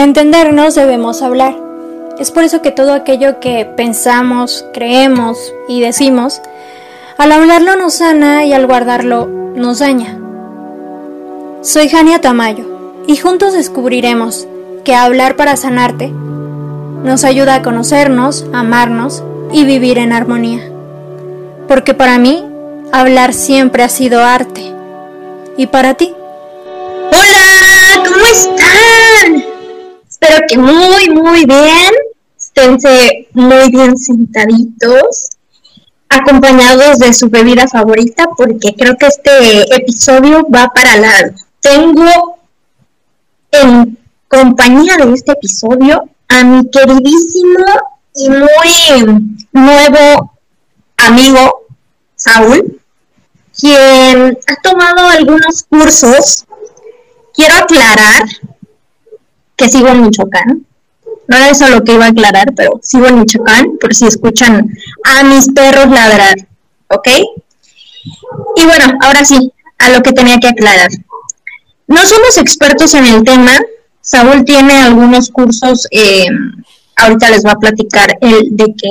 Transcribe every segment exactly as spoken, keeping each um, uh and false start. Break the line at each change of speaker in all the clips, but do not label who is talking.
entendernos debemos hablar. Es por eso que todo aquello que pensamos, creemos y decimos, al hablarlo nos sana y al guardarlo nos daña. Soy Jania Tamayo y juntos descubriremos que hablar para sanarte nos ayuda a conocernos, amarnos y vivir en armonía. Porque para mí, hablar siempre ha sido arte. ¿Y para ti?
¡Hola! ¿Cómo están? Espero que muy, muy bien. Esténse muy bien sentaditos, acompañados de su bebida favorita, porque creo que este episodio va para largo. Tengo en compañía de este episodio a mi queridísimo y muy nuevo amigo Saúl, quien ha tomado algunos cursos. Quiero aclarar que sigo en Michoacán. No era eso lo que iba a aclarar, pero sigo en Michoacán, por si escuchan a mis perros ladrar, ¿ok? Y bueno, ahora sí, a lo que tenía que aclarar. No somos expertos en el tema. Saúl tiene algunos cursos, eh, ahorita les voy a platicar el de qué.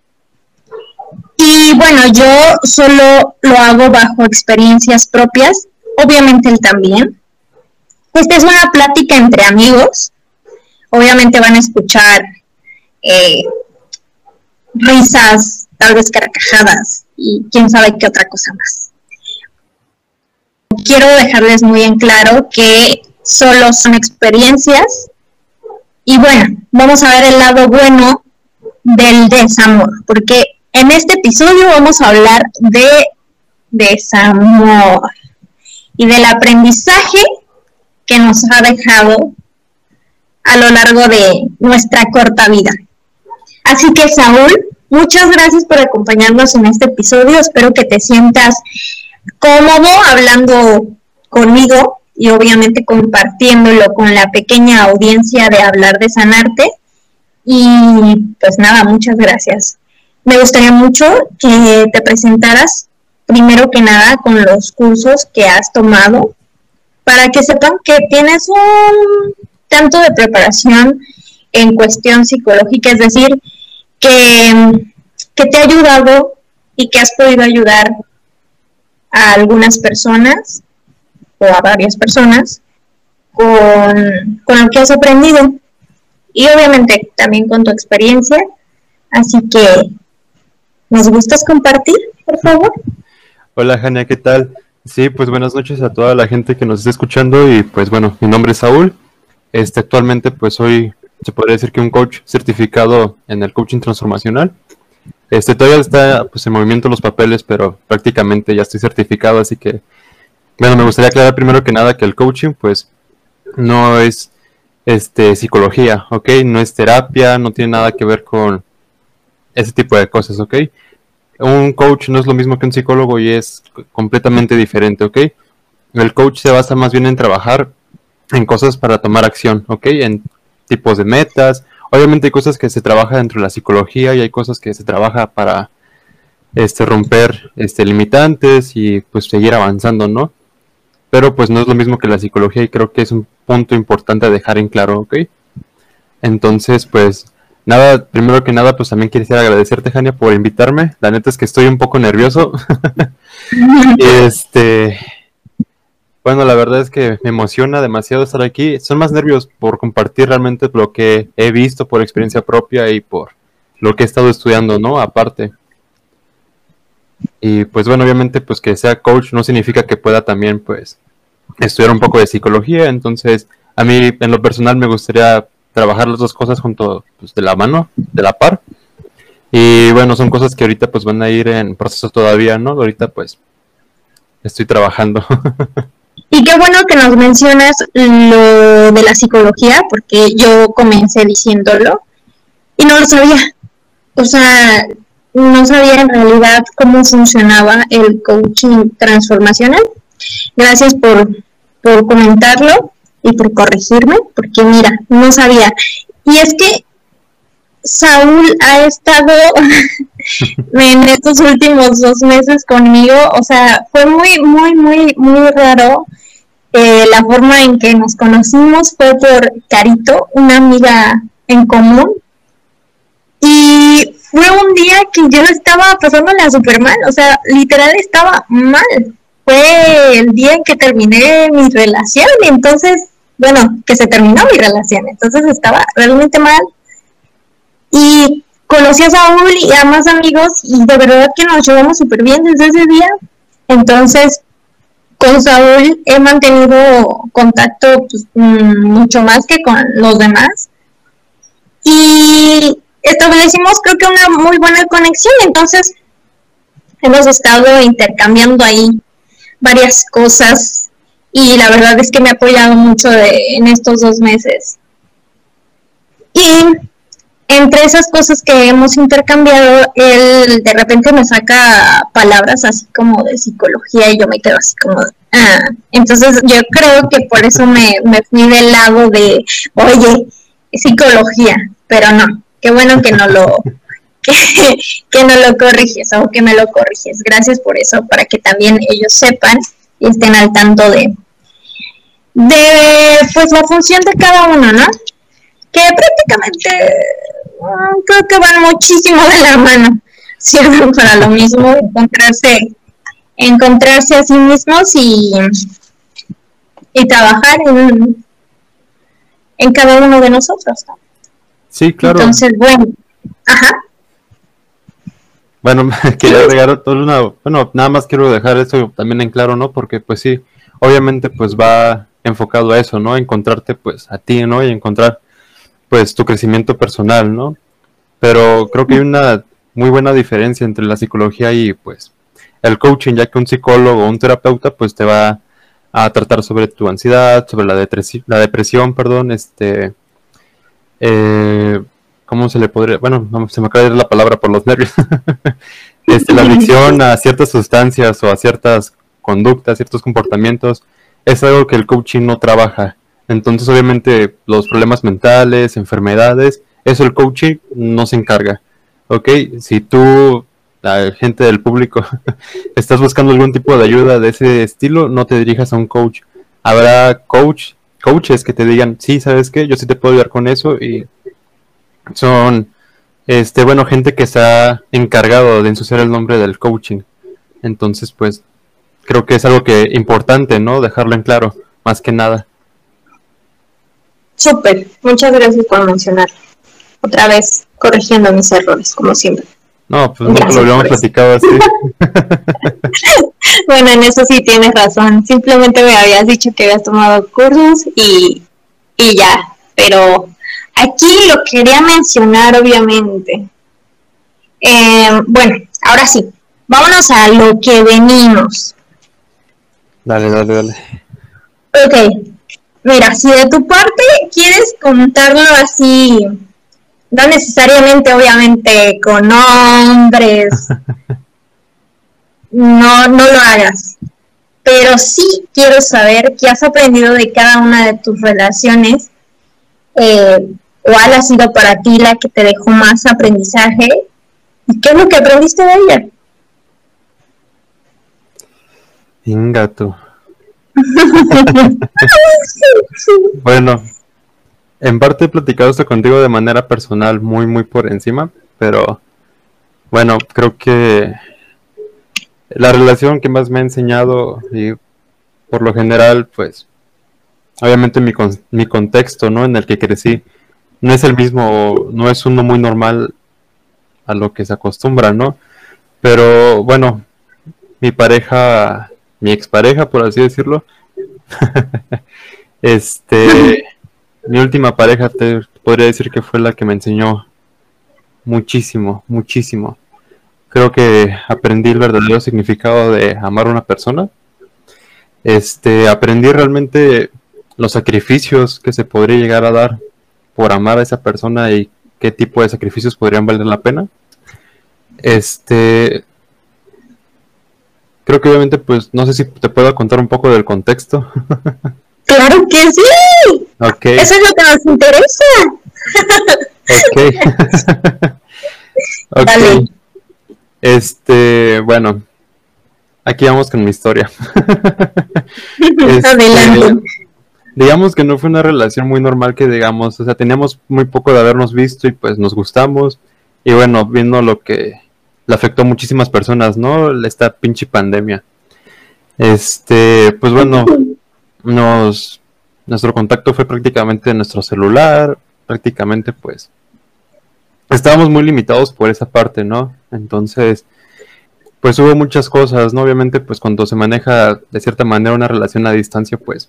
Y bueno, yo solo lo hago bajo experiencias propias, obviamente él también. Esta es una plática entre amigos. Obviamente van a escuchar eh, risas, tal vez carcajadas y quién sabe qué otra cosa más. Quiero dejarles muy en claro que solo son experiencias y bueno, vamos a ver el lado bueno del desamor, porque en este episodio vamos a hablar de desamor y del aprendizaje que nos ha dejado a lo largo de nuestra corta vida. Así que, Saúl, muchas gracias por acompañarnos en este episodio. Espero que te sientas cómodo hablando conmigo y obviamente compartiéndolo con la pequeña audiencia de Hablar de Sanarte. Y pues nada, muchas gracias. Me gustaría mucho que te presentaras, primero que nada, con los cursos que has tomado, para que sepan que tienes un tanto de preparación en cuestión psicológica, es decir, que, que te ha ayudado y que has podido ayudar a algunas personas o a varias personas con, con lo que has aprendido y obviamente también con tu experiencia. Así que, ¿nos gustas compartir, por favor?
Hola, Jania, ¿qué tal? Sí, pues buenas noches a toda la gente que nos está escuchando y pues bueno, mi nombre es Saúl. Este, actualmente pues soy, se podría decir que un coach certificado en el coaching transformacional. Este, todavía está pues en movimiento los papeles, pero prácticamente ya estoy certificado, así que bueno, me gustaría aclarar primero que nada que el coaching pues no es este psicología, ¿ok? No es terapia, no tiene nada que ver con ese tipo de cosas, ¿ok? Un coach no es lo mismo que un psicólogo y es completamente diferente, ¿ok? El coach se basa más bien en trabajar en cosas para tomar acción, ¿ok? En tipos de metas. Obviamente hay cosas que se trabaja dentro de la psicología y hay cosas que se trabaja para este, romper este, limitantes y pues seguir avanzando, ¿no? Pero pues no es lo mismo que la psicología y creo que es un punto importante a dejar en claro, ¿ok? Entonces, pues, nada, primero que nada, pues también quisiera agradecerte, Jania, por invitarme. La neta es que estoy un poco nervioso. este... Bueno, la verdad es que me emociona demasiado estar aquí. Son más nervios por compartir realmente lo que he visto por experiencia propia y por lo que he estado estudiando, ¿no? Aparte. Y pues bueno, obviamente pues que sea coach no significa que pueda también pues estudiar un poco de psicología. Entonces, a mí en lo personal me gustaría trabajar las dos cosas junto pues, de la mano, de la par. Y bueno, son cosas que ahorita pues van a ir en proceso todavía, ¿no? Ahorita pues estoy trabajando.
Y qué bueno que nos mencionas lo de la psicología, porque yo comencé diciéndolo y no lo sabía. O sea, no sabía en realidad cómo funcionaba el coaching transformacional. Gracias por, por comentarlo y por corregirme, porque mira, no sabía. Y es que Saúl ha estado en estos últimos dos meses conmigo, o sea, fue muy, muy, muy, muy raro eh, la forma en que nos conocimos fue por Carito, una amiga en común. Y fue un día que yo estaba pasándola súper mal, o sea, literal estaba mal. Fue el día en que terminé mi relación, y entonces, bueno, que se terminó mi relación, entonces estaba realmente mal. Y conocí a Saúl y a más amigos, y de verdad que nos llevamos súper bien desde ese día. Entonces, con Saúl he mantenido contacto pues, mucho más que con los demás. Y establecimos creo que una muy buena conexión, entonces hemos estado intercambiando ahí varias cosas y la verdad es que me ha apoyado mucho de, en estos dos meses. Y entre esas cosas que hemos intercambiado, él de repente me saca palabras así como de psicología y yo me quedo así como, ah. Entonces yo creo que por eso me, me fui del lado de, oye, psicología, pero no, qué bueno que no lo que, que no lo corriges o que me lo corriges. Gracias por eso, para que también ellos sepan y estén al tanto de, de pues la función de cada uno, ¿no? Que prácticamente uh, creo que van muchísimo de la mano, sirven para lo mismo, encontrarse, encontrarse a sí mismos y, y trabajar en, en cada uno de nosotros, ¿no?
Sí, claro.
Entonces, bueno, ajá.
Bueno, quería agregar todo una, bueno, nada más quiero dejar eso también en claro, ¿no? Porque pues sí, obviamente pues va enfocado a eso, ¿no? A encontrarte pues a ti, ¿no? Y encontrar pues tu crecimiento personal, ¿no? Pero creo que hay una muy buena diferencia entre la psicología y pues el coaching, ya que un psicólogo o un terapeuta pues te va a tratar sobre tu ansiedad, sobre la, depresi- la depresión, perdón, este, eh, ¿cómo se le podría? Bueno, no, se me acaba de ir la palabra por los nervios. este, la adicción a ciertas sustancias o a ciertas conductas, ciertos comportamientos, es algo que el coaching no trabaja. Entonces, obviamente, los problemas mentales, enfermedades, eso el coaching no se encarga, ¿ok? Si tú, la gente del público, estás buscando algún tipo de ayuda de ese estilo, no te dirijas a un coach. Habrá coach, coaches que te digan, sí, ¿sabes qué? Yo sí te puedo ayudar con eso, y son, este, bueno, gente que se ha encargado de ensuciar el nombre del coaching. Entonces, pues, creo que es algo que importante, ¿no? Dejarlo en claro, más que nada.
Súper, muchas gracias por mencionarlo. Otra vez, corrigiendo mis errores, como siempre.
No, pues nunca lo habíamos platicado así.
Bueno, en eso sí tienes razón. Simplemente me habías dicho que habías tomado cursos y, y ya. Pero aquí lo quería mencionar, obviamente. Eh, bueno, ahora sí, vámonos a lo que venimos.
Dale, dale, dale.
Ok. Mira, si de tu parte quieres contarlo así, no necesariamente, obviamente, con nombres, no, no lo hagas. Pero sí quiero saber qué has aprendido de cada una de tus relaciones, eh, cuál ha sido para ti la que te dejó más aprendizaje y qué es lo que aprendiste de ella.
Ingato. Bueno, en parte he platicado esto contigo de manera personal, muy muy por encima, pero bueno, creo que la relación que más me ha enseñado, y por lo general, pues obviamente mi, con- mi contexto, ¿no? En el que crecí, no es el mismo, no es uno muy normal a lo que se acostumbra, ¿no? Pero bueno, mi pareja, mi expareja, por así decirlo, este, mi última pareja te podría decir que fue la que me enseñó muchísimo, muchísimo. Creo que aprendí el verdadero significado de amar a una persona. Este, aprendí realmente los sacrificios que se podría llegar a dar por amar a esa persona y qué tipo de sacrificios podrían valer la pena. Este, creo que obviamente, pues, no sé si te puedo contar un poco del contexto.
¡Claro que sí!
Ok.
Eso es lo que nos interesa.
Ok. Ok.
Dale.
Este, bueno, aquí vamos con mi historia. este,
Adelante.
Digamos que no fue una relación muy normal que digamos, o sea, teníamos muy poco de habernos visto y pues nos gustamos. Y bueno, viendo lo que le afectó a muchísimas personas, ¿no? Esta pinche pandemia. Este, pues bueno, nos, nuestro contacto fue prácticamente en nuestro celular, prácticamente pues estábamos muy limitados por esa parte, ¿no? Entonces, pues hubo muchas cosas, ¿no? Obviamente, pues cuando se maneja de cierta manera una relación a distancia, pues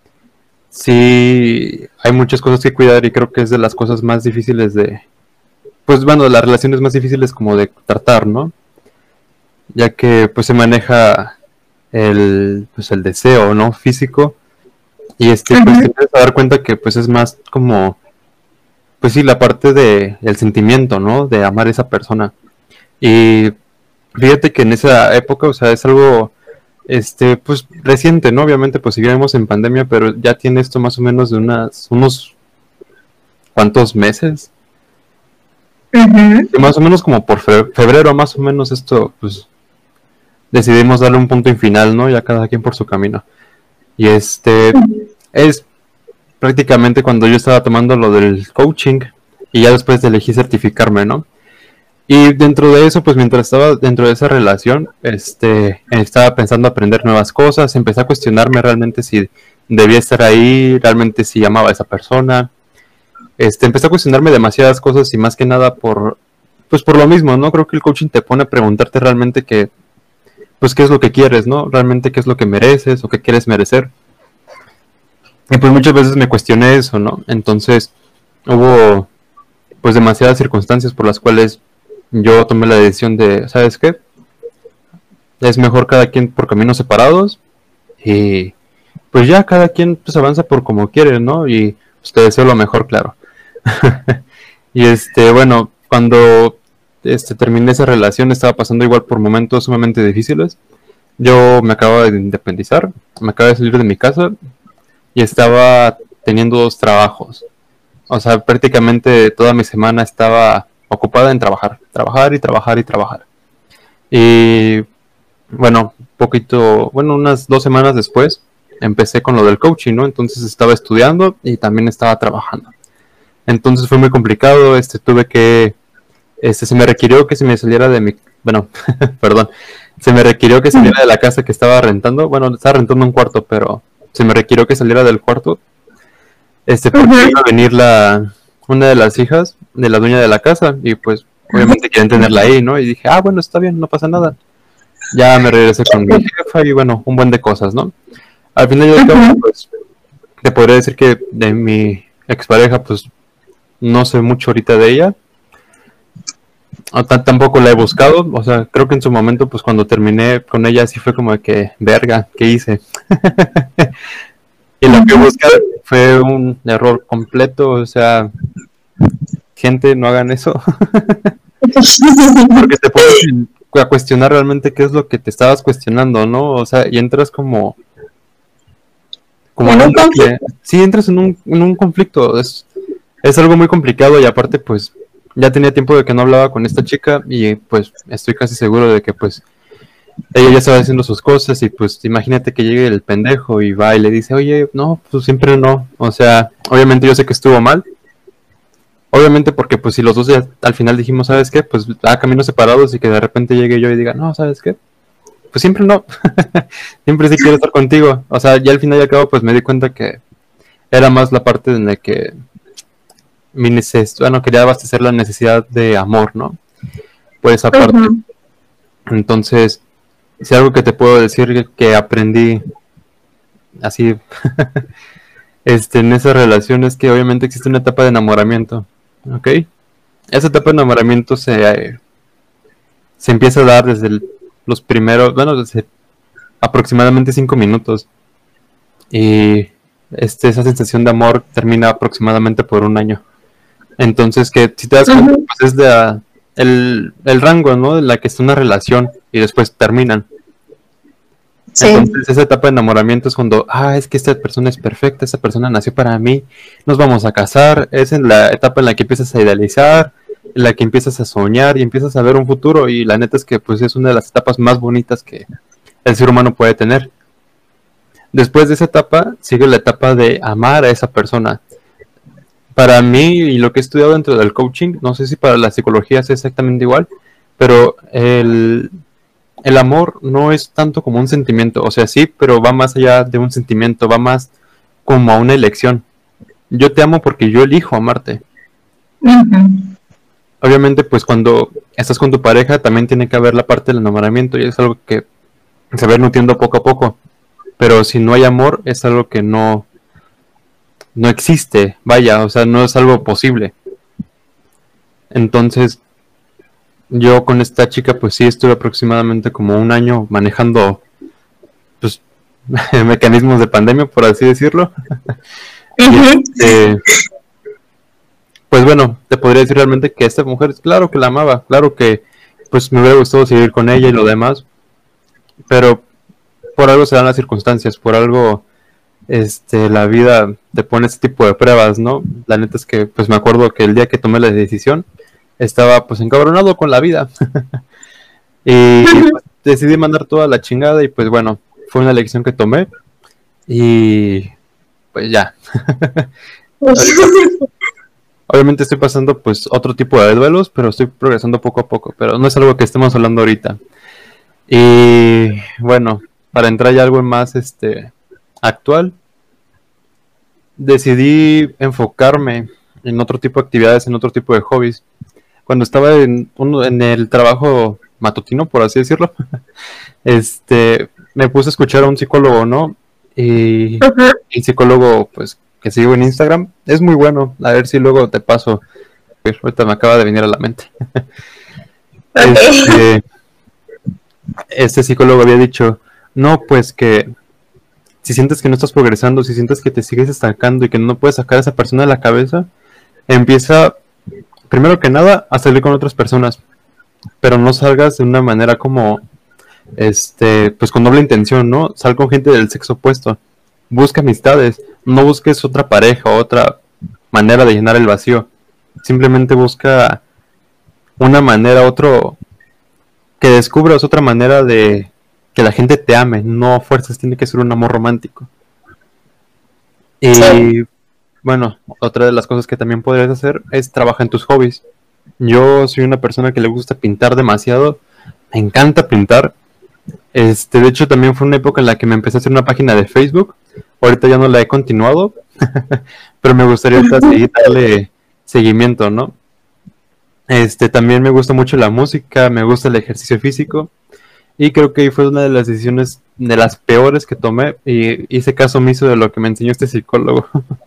sí hay muchas cosas que cuidar y creo que es de las cosas más difíciles de, pues bueno, las relaciones más difíciles como de tratar, ¿no? Ya que pues se maneja el, pues el deseo, ¿no? Físico y este, pues te empiezas a dar cuenta que pues es más como, pues sí, la parte de el sentimiento, ¿no? De amar a esa persona. Y fíjate que en esa época, o sea, es algo, este, pues reciente, ¿no? Obviamente, pues seguiremos en pandemia, pero ya tiene esto más o menos de unas, unos, ¿cuántos meses? Uh-huh. Y más o menos como por febrero, más o menos esto, pues, decidimos darle un punto y final, ¿no? Ya cada quien por su camino. Y este, uh-huh. es prácticamente cuando yo estaba tomando lo del coaching y ya después elegí certificarme, ¿no? Y dentro de eso, pues mientras estaba dentro de esa relación, este, estaba pensando aprender nuevas cosas, empecé a cuestionarme realmente si debía estar ahí, realmente si amaba a esa persona. Este, empecé a cuestionarme demasiadas cosas y más que nada por, pues por lo mismo, ¿no? Creo que el coaching te pone a preguntarte realmente que, pues qué es lo que quieres, ¿no? Realmente qué es lo que mereces o qué quieres merecer. Y pues muchas veces me cuestioné eso, ¿no? Entonces hubo pues demasiadas circunstancias por las cuales yo tomé la decisión de, ¿sabes qué? Es mejor cada quien por caminos separados y pues ya cada quien pues avanza por como quiere, ¿no? Y pues te deseo lo mejor, claro. Y este, bueno, cuando este, terminé esa relación estaba pasando igual por momentos sumamente difíciles. Yo me acababa de independizar, me acababa de salir de mi casa y estaba teniendo dos trabajos. O sea, prácticamente toda mi semana estaba ocupada en trabajar, trabajar y trabajar y trabajar. Y bueno, poquito, bueno, unas dos semanas después empecé con lo del coaching, ¿no? Entonces estaba estudiando y también estaba trabajando. Entonces fue muy complicado, este, tuve que, este, se me requirió que se me saliera de mi, bueno, perdón, se me requirió que saliera de la casa que estaba rentando, bueno, estaba rentando un cuarto, pero se me requirió que saliera del cuarto, este, porque uh-huh. iba a venir la, una de las hijas de la dueña de la casa, y pues, obviamente quieren tenerla ahí, ¿no? Y dije, ah, bueno, está bien, no pasa nada. Ya me regresé con mi jefa y bueno, un buen de cosas, ¿no? Al final yo uh-huh. pues, te podría decir que de mi expareja, pues, no sé mucho ahorita de ella. O t- tampoco la he buscado. O sea, creo que en su momento, pues cuando terminé con ella, sí fue como de que, verga, ¿qué hice? Y lo que buscar fue un error completo. O sea, gente, no hagan eso. Porque te pones a cuestionar realmente qué es lo que te estabas cuestionando, ¿no? O sea, y entras como... como
¿En un conflicto?
Sí, entras en un, en un conflicto. Es... Es algo muy complicado y aparte pues ya tenía tiempo de que no hablaba con esta chica y pues estoy casi seguro de que pues ella ya estaba haciendo sus cosas y pues imagínate que llegue el pendejo y va y le dice, oye, no, pues siempre no. O sea, obviamente yo sé que estuvo mal. Obviamente porque pues si los dos ya al final dijimos, ¿sabes qué? Pues a caminos separados y que de repente llegue yo y diga, no, ¿sabes qué? Pues siempre no. Siempre sí quiero estar contigo. O sea, ya al final y al cabo pues me di cuenta que era más la parte en la que mi necesidad, bueno, quería abastecer la necesidad de amor, ¿no? Por esa parte. Uh-huh. Entonces, si algo que te puedo decir que aprendí así este, en esa relación es que obviamente existe una etapa de enamoramiento, ¿ok? Esa etapa de enamoramiento se, eh, se empieza a dar desde el, los primeros, bueno, desde aproximadamente cinco minutos. Y este, esa sensación de amor termina aproximadamente por un año. Entonces, que si te das cuenta, uh-huh. pues es de, uh, el, el rango, ¿no? De la que es una relación y después terminan. Sí. Entonces, esa etapa de enamoramiento es cuando, ah, es que esta persona es perfecta, esta persona nació para mí, nos vamos a casar. Es en la etapa en la que empiezas a idealizar, en la que empiezas a soñar y empiezas a ver un futuro. Y la neta es que, pues, es una de las etapas más bonitas que el ser humano puede tener. Después de esa etapa, sigue la etapa de amar a esa persona. Para mí, y lo que he estudiado dentro del coaching, no sé si para la psicología es exactamente igual, pero el, el amor no es tanto como un sentimiento, o sea, sí, pero va más allá de un sentimiento, va más como a una elección. Yo te amo porque yo elijo amarte.
Uh-huh.
Obviamente, pues cuando estás con tu pareja también tiene que haber la parte del enamoramiento y es algo que se va nutriendo poco a poco. Pero si no hay amor, es algo que no, no existe, vaya, o sea, no es algo posible. Entonces, yo con esta chica, pues sí estuve aproximadamente como un año manejando, pues, mecanismos de pandemia, por así decirlo.
Uh-huh.
Y, este, pues bueno, te podría decir realmente que esta mujer, claro que la amaba, claro que, pues, me hubiera gustado seguir con ella y lo demás, pero por algo se dan las circunstancias, por algo este la vida te pone este tipo de pruebas, ¿no? La neta es que pues me acuerdo que el día que tomé la decisión estaba pues encabronado con la vida y pues, decidí mandar toda la chingada y pues bueno, fue una elección que tomé y pues ya. Obviamente estoy pasando pues otro tipo de duelos, pero estoy progresando poco a poco, pero no es algo que estemos hablando ahorita. Y bueno, para entrar ya algo más este actual, decidí enfocarme en otro tipo de actividades, en otro tipo de hobbies. Cuando estaba en, uno, en el trabajo matutino, por así decirlo, este, me puse a escuchar a un psicólogo, ¿no? Y uh-huh. El psicólogo, pues, que sigo en Instagram, es muy bueno. A ver si luego te paso. Ahorita me acaba de venir a la mente.
Okay.
Este, este psicólogo había dicho, no, pues que si sientes que no estás progresando, si sientes que te sigues estancando y que no puedes sacar a esa persona de la cabeza, empieza, primero que nada, a salir con otras personas, pero no salgas de una manera como, este, pues con doble intención, ¿no? Sal con gente del sexo opuesto, busca amistades, no busques otra pareja, otra manera de llenar el vacío, simplemente busca una manera, otro, que descubras otra manera de que la gente te ame, no a fuerzas tiene que ser un amor romántico. Y sí. Bueno, otra de las cosas que también podrías hacer es trabajar en tus hobbies. Yo soy una persona que le gusta pintar demasiado, me encanta pintar. Este, de hecho también fue una época en la que me empecé a hacer una página de Facebook. Ahorita ya no la he continuado, pero me gustaría seguir darle seguimiento, ¿no? Este, también me gusta mucho la música, me gusta el ejercicio físico. Y creo que fue una de las decisiones de las peores que tomé y hice caso omiso de lo que me enseñó este psicólogo.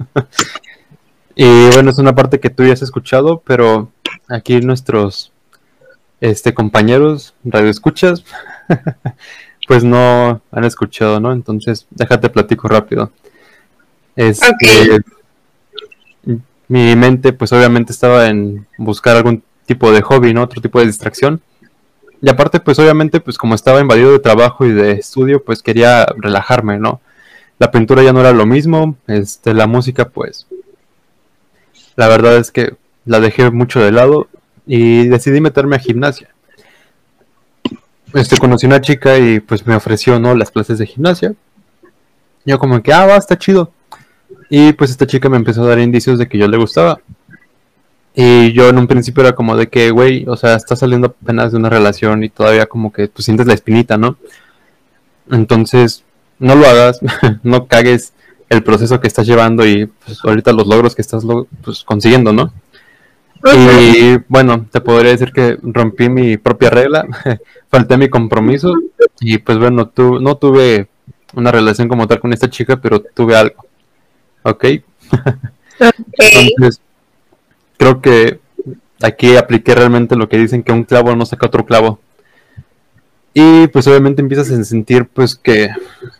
Y bueno, es una parte que tú ya has escuchado, pero aquí nuestros este compañeros radioescuchas pues no han escuchado, ¿no? Entonces, déjate platico rápido. Este, okay. Mi mente pues obviamente estaba en buscar algún tipo de hobby, ¿no? Otro tipo de distracción. Y aparte, pues obviamente, pues como estaba invadido de trabajo y de estudio, pues quería relajarme, ¿no? La pintura ya no era lo mismo, este, la música, pues, la verdad es que la dejé mucho de lado y decidí meterme a gimnasia. Este, conocí una chica y pues me ofreció, ¿no? Las clases de gimnasia. Yo como que, ah, va, está chido. Y pues esta chica me empezó a dar indicios de que yo le gustaba. Y yo en un principio era como de que, güey, o sea, estás saliendo apenas de una relación y todavía como que tú sientes la espinita, ¿no? Entonces, no lo hagas, no cagues el proceso que estás llevando y pues ahorita los logros que estás lo, pues, consiguiendo, ¿no? Okay. Y bueno, te podría decir que rompí mi propia regla, falté mi compromiso y pues bueno, tu, no tuve una relación como tal con esta chica, pero tuve algo, ¿ok? Okay. Entonces, creo que aquí apliqué realmente lo que dicen que un clavo no saca otro clavo. Y pues obviamente empiezas a sentir pues que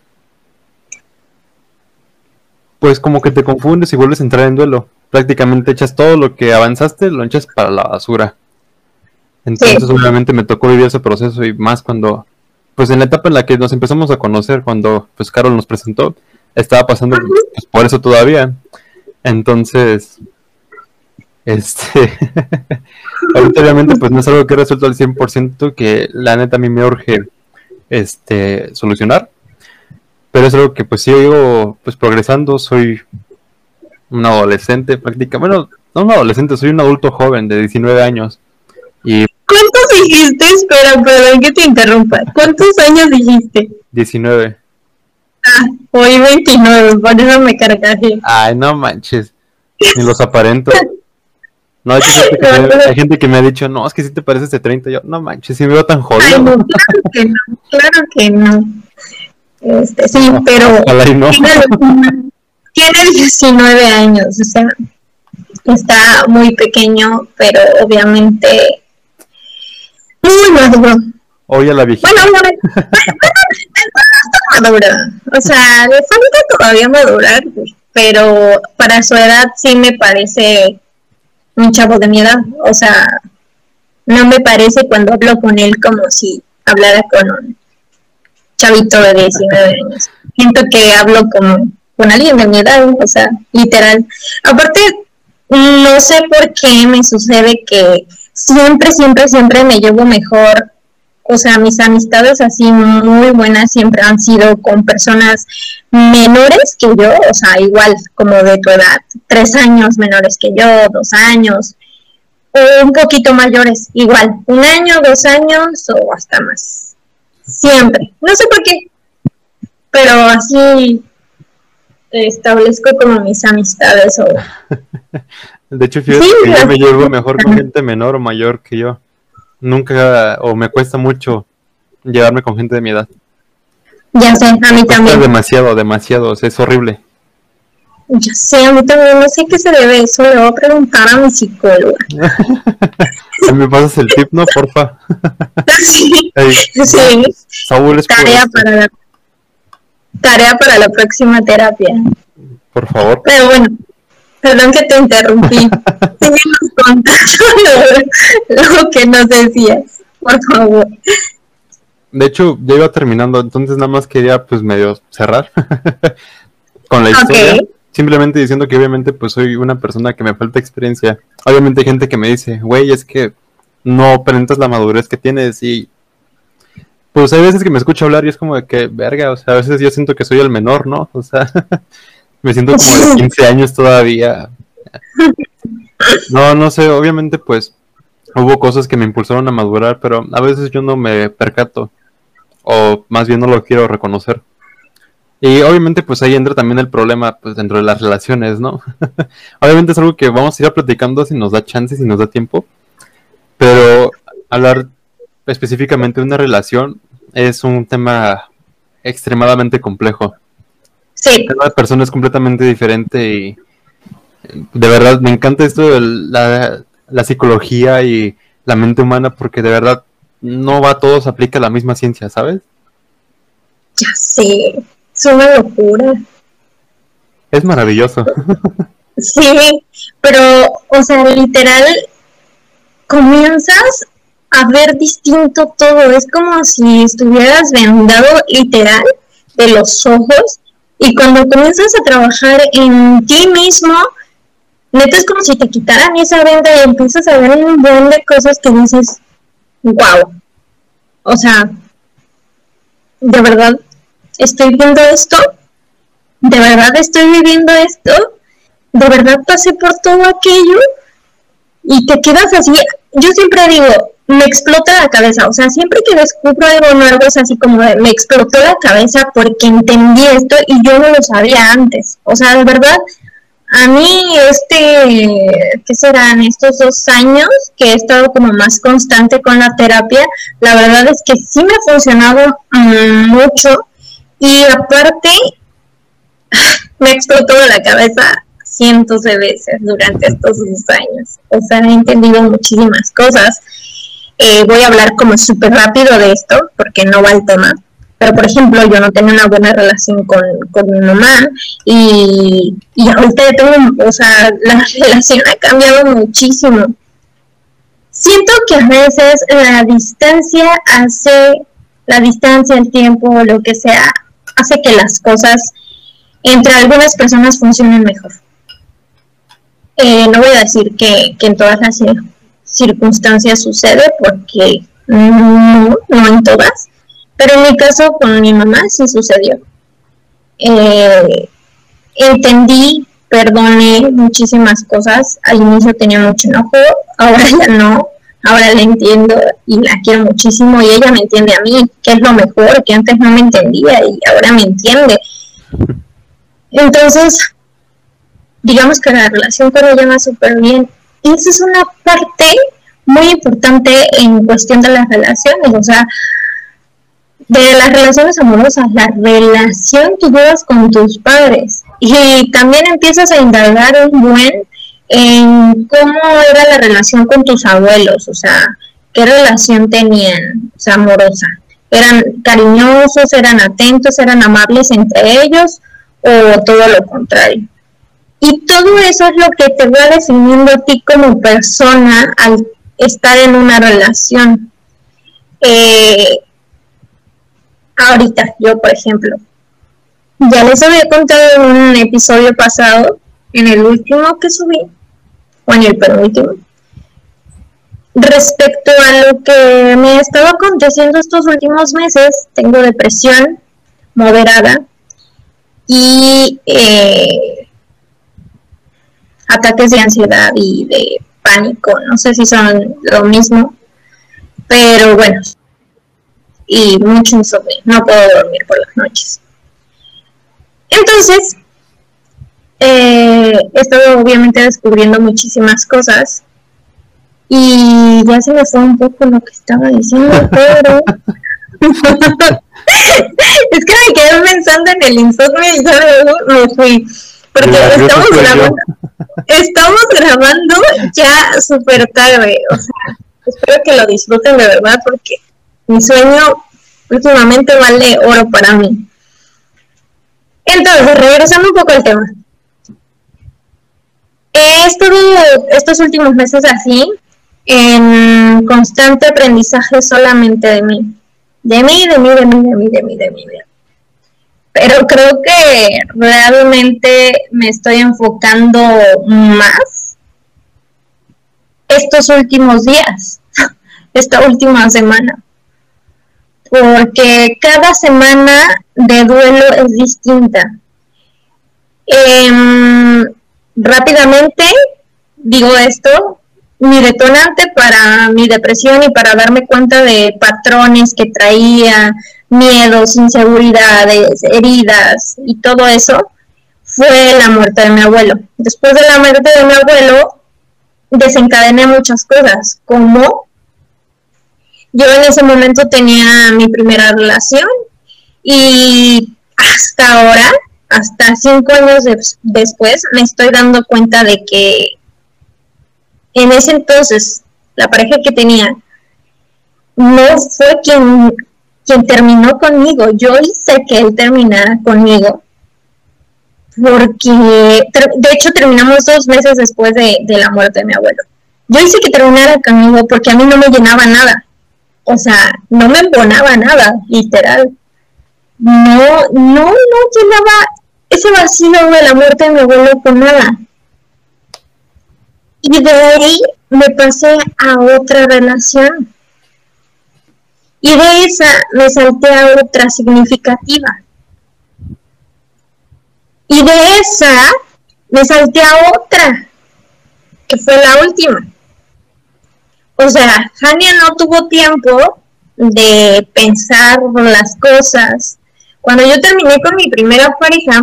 pues como que te confundes y vuelves a entrar en duelo. Prácticamente echas todo lo que avanzaste, lo echas para la basura. Entonces sí. Obviamente me tocó vivir ese proceso y más cuando pues en la etapa en la que nos empezamos a conocer, cuando pues Carol nos presentó, estaba pasando pues, por eso todavía. Entonces Este, ahorita obviamente pues no es algo que he resuelto al cien por ciento, que la neta a mí me urge este, solucionar. Pero es algo que pues sigo pues progresando, soy un adolescente prácticamente, bueno, no un adolescente, soy un adulto joven de diecinueve años. Y
¿cuántos dijiste? Espera, perdón que te interrumpa. ¿Cuántos años dijiste?
diecinueve.
Ah, hoy veintinueve, por eso me cargajé.
Ay, no manches, ni los aparento. No, hay gente, que me, hay gente que me ha dicho, no, es que si te pareces de treinta. Yo, no manches, si me veo tan jodido.
Ay, no, claro que no, claro que no. Este, sí, no, pero
no.
tiene, tiene diecinueve años, o sea, está muy pequeño, pero obviamente muy maduro.
Oye, la viejita.
Bueno, bueno, bueno, está madura, o sea, le falta todavía madurar, pero para su edad sí me parece un chavo de mi edad, o sea, no me parece cuando hablo con él como si hablara con un chavito de diecinueve años. Siento que hablo como con alguien de mi edad, o sea, literal. Aparte, no sé por qué me sucede que siempre, siempre, siempre me llevo mejor. O sea, mis amistades así muy buenas siempre han sido con personas menores que yo, o sea, igual como de tu edad, tres años menores que yo, dos años, o un poquito mayores, igual, un año, dos años o hasta más. Siempre, no sé por qué, pero así establezco como mis amistades. O...
De hecho, fíjate sí, que yo me llevo mejor con gente menor o mayor que yo. Nunca, o me cuesta mucho llevarme con gente de mi edad.
Ya sé, a mí también.
Demasiado, demasiado, o sea, es horrible.
Ya sé, a mí también, no sé qué se debe eso, le voy a preguntar a mi psicóloga.
¿Me pasas el tip, no, porfa?
Sí,
hey,
sí.
Saúl, es
tarea, para la, tarea para la próxima terapia.
Por favor.
Pero bueno, perdón que te interrumpí. Síguenos contando lo, lo que nos decías, por favor.
De hecho, ya iba terminando, entonces nada más quería pues medio cerrar con la historia. Okay. Simplemente diciendo que obviamente pues soy una persona que me falta experiencia. Obviamente hay gente que me dice, güey, es que no aparentas la madurez que tienes y pues hay veces que me escucho hablar y es como de que, verga, o sea, a veces yo siento que soy el menor, ¿no? O sea, me siento como de quince años todavía. No, no sé, obviamente pues hubo cosas que me impulsaron a madurar, pero a veces yo no me percato, o más bien no lo quiero reconocer. Y obviamente pues ahí entra también el problema pues dentro de las relaciones, ¿no? Obviamente es algo que vamos a ir platicando si nos da chance, si nos da tiempo, pero hablar específicamente de una relación es un tema extremadamente complejo.
Sí.
Cada persona es completamente diferente y de verdad me encanta esto de la, la psicología y la mente humana porque de verdad no va a todos aplica la misma ciencia, ¿sabes?
Ya sé, es una locura.
Es maravilloso.
Sí, pero, o sea, literal, comienzas a ver distinto todo. Es como si estuvieras vendado literal de los ojos y cuando comienzas a trabajar en ti mismo, neta es como si te quitaran esa venda y empiezas a ver un montón de cosas que dices, wow. O sea, de verdad estoy viendo esto, de verdad estoy viviendo esto, de verdad pasé por todo aquello y te quedas así. Yo siempre digo, me explota la cabeza, o sea, siempre que descubro algo nuevo es así como de, me explotó la cabeza porque entendí esto y yo no lo sabía antes. O sea, de verdad, a mí este, ¿qué serán? Estos dos años que he estado como más constante con la terapia, la verdad es que sí me ha funcionado um, mucho y aparte me explotó la cabeza cientos de veces durante estos dos años. O sea, he entendido muchísimas cosas. Eh, voy a hablar como súper rápido de esto porque no va el tema. Pero, por ejemplo, yo no tenía una buena relación con, con mi mamá y, y ahorita ya tengo, o sea, la relación ha cambiado muchísimo. Siento que a veces la distancia hace, la distancia, el tiempo, lo que sea, hace que las cosas entre algunas personas funcionen mejor. Eh, no voy a decir que, que en todas las circunstancias sucede porque no, no en todas. Pero en mi caso con mi mamá sí sucedió. Eh, entendí, perdoné muchísimas cosas. Al inicio tenía mucho enojo, ahora ya no. Ahora la entiendo y la quiero muchísimo y ella me entiende a mí, que es lo mejor, que antes no me entendía y ahora me entiende. Entonces, digamos que la relación con ella va súper bien. Y esa es una parte muy importante en cuestión de las relaciones, o sea, de las relaciones amorosas, la relación que llevas con tus padres. Y también empiezas a indagar un buen en cómo era la relación con tus abuelos, o sea, qué relación tenían, o sea, amorosa. ¿Eran cariñosos, eran atentos, eran amables entre ellos o todo lo contrario? Y todo eso es lo que te va definiendo a ti como persona al estar en una relación. Eh, ahorita, yo por ejemplo, ya les había contado en un episodio pasado, en el último que subí, o en el penúltimo, respecto a lo que me estaba aconteciendo estos últimos meses. Tengo depresión moderada y eh, ataques de ansiedad y de pánico, no sé si son lo mismo, pero bueno, y mucho insomnio, no puedo dormir por las noches. Entonces, eh, he estado obviamente descubriendo muchísimas cosas y ya se me fue un poco lo que estaba diciendo, pero es que me quedé pensando en el insomnio y ya me fui, porque ya, estamos grabando estamos grabando ya súper tarde, o sea, espero que lo disfruten de verdad porque mi sueño últimamente vale oro para mí. Entonces, regresando un poco al tema, he estado estos últimos meses así, en constante aprendizaje solamente de mí. De mí, de mí, de mí, de mí, de mí, de mí. De mí. Pero creo que realmente me estoy enfocando más estos últimos días, esta última semana. Porque cada semana de duelo es distinta. Eh, rápidamente digo esto, mi detonante para mi depresión y para darme cuenta de patrones que traía, miedos, inseguridades, heridas y todo eso, fue la muerte de mi abuelo. Después de la muerte de mi abuelo, desencadené muchas cosas, como yo en ese momento tenía mi primera relación y hasta ahora, hasta cinco años de- después, me estoy dando cuenta de que en ese entonces la pareja que tenía no fue quien, quien terminó conmigo. Yo hice que él terminara conmigo porque, de hecho, terminamos dos meses después de, de la muerte de mi abuelo. Yo hice que terminara conmigo porque a mí no me llenaba nada. O sea, no me embonaba nada, literal. No, no, no llenaba ese vacío de la muerte de mi abuelo con nada. Y de ahí me pasé a otra relación. Y de esa me salté a otra significativa. Y de esa me salté a otra, que fue la última. O sea, Jania no tuvo tiempo de pensar las cosas. Cuando yo terminé con mi primera pareja,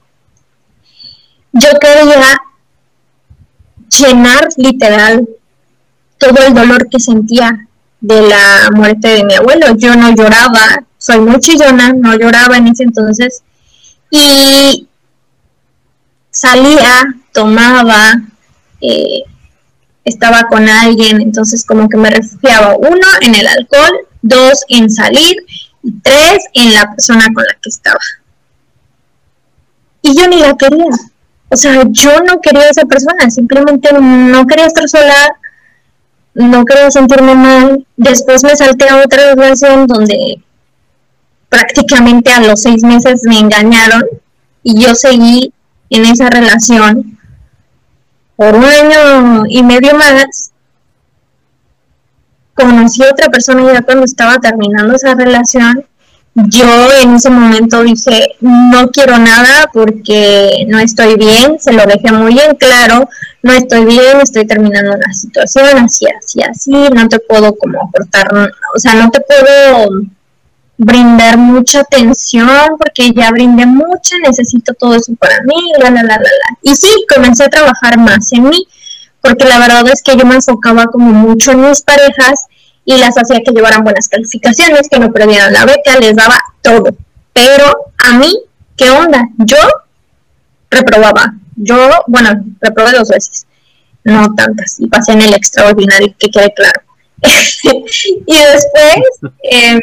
yo quería llenar literal todo el dolor que sentía de la muerte de mi abuelo. Yo no lloraba, soy muy chillona, no lloraba en ese entonces. Y salía, tomaba, eh, estaba con alguien, entonces como que me refugiaba, uno, en el alcohol, dos, en salir, y tres, en la persona con la que estaba. Y yo ni la quería. O sea, yo no quería a esa persona, simplemente no quería estar sola, no quería sentirme mal. Después me salté a otra relación donde prácticamente a los seis meses me engañaron y yo seguí en esa relación por un año y medio más. Conocí a otra persona ya cuando estaba terminando esa relación yo en ese momento dije, no quiero nada porque no estoy bien, se lo dejé muy en claro, no estoy bien, estoy terminando una situación, así, así, así, no te puedo como aportar, o sea, no te puedo brindar mucha atención porque ya brindé mucha, necesito todo eso para mí, la, la, la, la, la. Y sí, comencé a trabajar más en mí, porque la verdad es que yo me enfocaba como mucho en mis parejas y las hacía que llevaran buenas calificaciones, que no perdieran la beca, les daba todo. Pero a mí, ¿qué onda? Yo reprobaba. Yo, bueno, reprobé dos veces, no tantas, y pasé en el extraordinario, que quede claro. Y después, eh,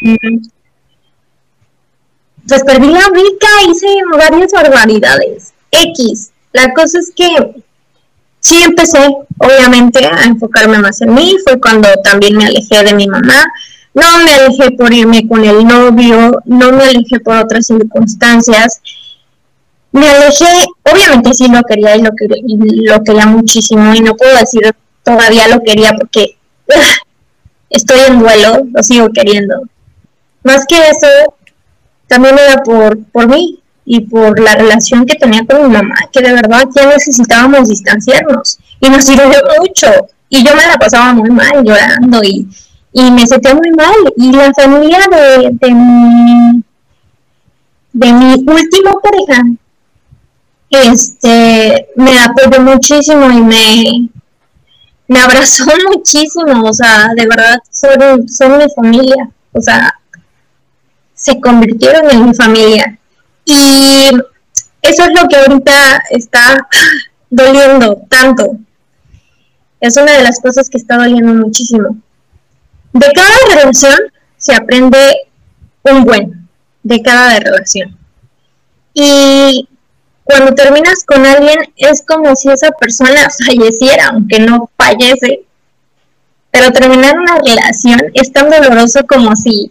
pues perdí la beca, hice varias barbaridades. X. La cosa es que sí empecé, obviamente, a enfocarme más en mí. Fue cuando también me alejé de mi mamá. No me alejé por irme con el novio, no me alejé por otras circunstancias. Me alejé, obviamente sí lo quería y lo, quería, y lo quería muchísimo. Y no puedo decir todavía lo quería porque uh, estoy en duelo, lo sigo queriendo. Más que eso, también era por, por mí y por la relación que tenía con mi mamá, que de verdad ya necesitábamos distanciarnos y nos sirvió mucho y yo me la pasaba muy mal llorando y, y me sentía muy mal y la familia de, de mi de mi última pareja este me apoyó muchísimo y me me abrazó muchísimo, o sea, de verdad son, son mi familia, o sea, se convirtieron en mi familia. Y eso es lo que ahorita está doliendo tanto. Es una de las cosas que está doliendo muchísimo. De cada relación se aprende un buen, de cada relación. Y cuando terminas con alguien es como si esa persona falleciera, aunque no fallece. Pero terminar una relación es tan doloroso como si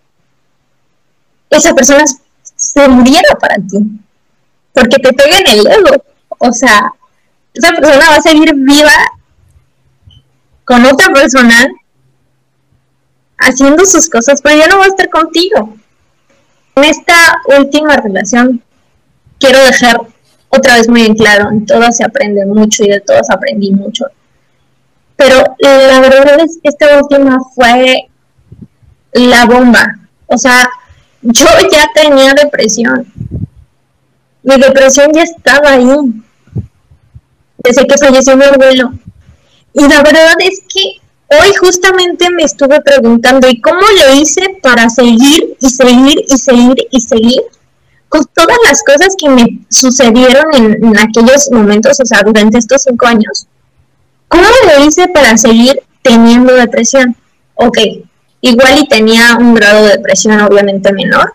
esa persona se muriera para ti, porque te pega en el ego, o sea, esa persona va a seguir viva con otra persona haciendo sus cosas, pero ya no va a estar contigo. En esta última relación quiero dejar otra vez muy en claro, en todas se aprende mucho y de todas aprendí mucho, pero la verdad es que esta última fue la bomba, o sea, yo ya tenía depresión. Mi depresión ya estaba ahí. Desde que falleció mi abuelo. Y la verdad es que hoy justamente me estuve preguntando, ¿y cómo le hice para seguir y seguir y seguir y seguir? Con todas las cosas que me sucedieron en, en aquellos momentos, o sea, durante estos cinco años. ¿Cómo le hice para seguir teniendo depresión? Ok. Igual y tenía un grado de depresión obviamente menor,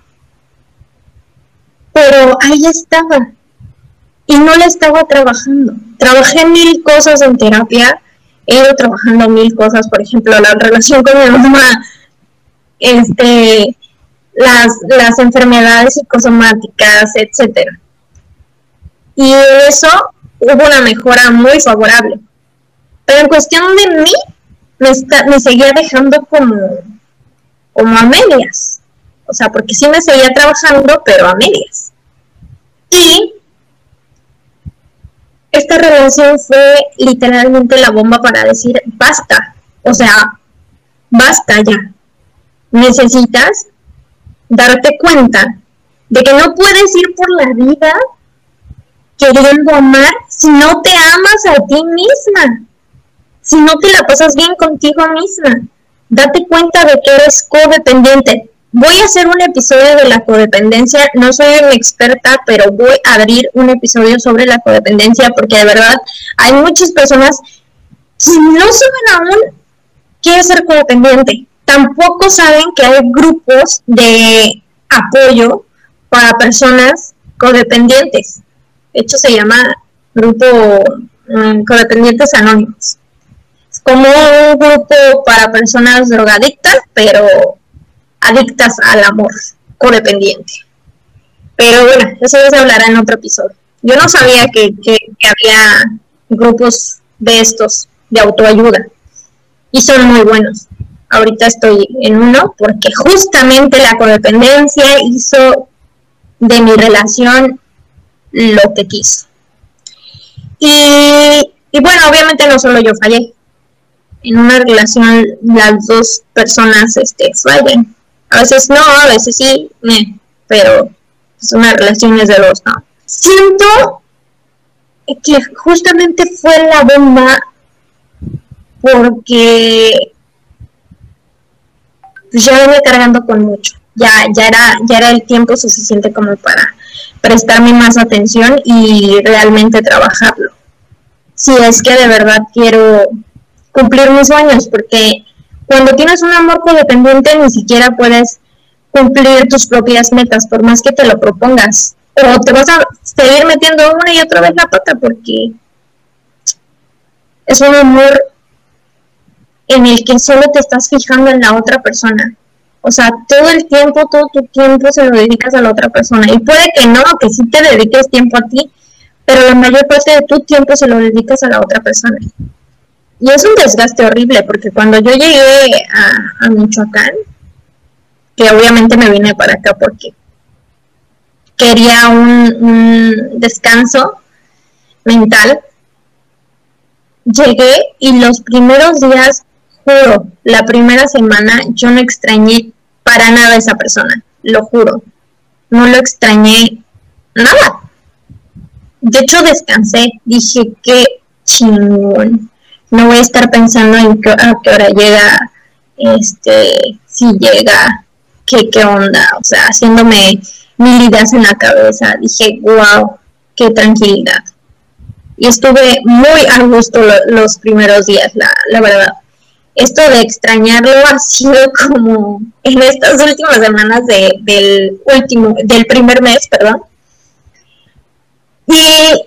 pero ahí estaba y no la estaba trabajando. Trabajé mil cosas en terapia, he ido trabajando mil cosas, por ejemplo, la relación con mi mamá, este, las, las enfermedades psicosomáticas, etcétera. Y eso hubo una mejora muy favorable. Pero en cuestión de mí, me, está, me seguía dejando como... como a medias, o sea, porque sí me seguía trabajando, pero a medias. Y esta relación fue literalmente la bomba para decir, basta, o sea, basta ya. Necesitas darte cuenta de que no puedes ir por la vida queriendo amar si no te amas a ti misma, si no te la pasas bien contigo misma. Date cuenta de que eres codependiente. Voy a hacer un episodio de la codependencia. No soy una experta, pero voy a abrir un episodio sobre la codependencia porque de verdad hay muchas personas que no saben aún qué es ser codependiente. Tampoco saben que hay grupos de apoyo para personas codependientes. De hecho, se llama Grupo um, Codependientes Anónimos. Como un grupo para personas drogadictas, pero adictas al amor, codependiente. Pero bueno, eso ya se hablará en otro episodio. Yo no sabía que, que, que había grupos de estos, de autoayuda, y son muy buenos. ahorita estoy en uno, porque justamente la codependencia hizo de mi relación lo que quiso. Y, y bueno, obviamente no solo yo fallé. En una relación las dos personas este, fallan. A veces no, a veces sí, eh, pero es una relación es de dos, ¿no? Siento que justamente fue la bomba porque pues ya venía cargando con mucho. Ya, ya, era, ya era el tiempo suficiente como para prestarme más atención y realmente trabajarlo. Si es que de verdad quiero cumplir mis sueños, porque cuando tienes un amor codependiente ni siquiera puedes cumplir tus propias metas, por más que te lo propongas. O te vas a seguir metiendo una y otra vez la pata, porque es un amor en el que solo te estás fijando en la otra persona. O sea, todo el tiempo, todo tu tiempo se lo dedicas a la otra persona. Y puede que no, que sí te dediques tiempo a ti, pero la mayor parte de tu tiempo se lo dedicas a la otra persona. Y es un desgaste horrible, porque cuando yo llegué a, a Michoacán, que obviamente me vine para acá porque quería un, un descanso mental, llegué y los primeros días, juro, la primera semana yo no extrañé para nada a esa persona, lo juro, no lo extrañé nada. De hecho descansé, dije qué chingón, no voy a estar pensando en qué, a qué hora llega, este, si llega, qué, qué onda, o sea, haciéndome mil ideas en la cabeza. Dije, wow, qué tranquilidad. Y estuve muy a gusto lo, los primeros días, la, la verdad. Esto de extrañarlo ha sido como en estas últimas semanas de, del último, del primer mes, perdón. Y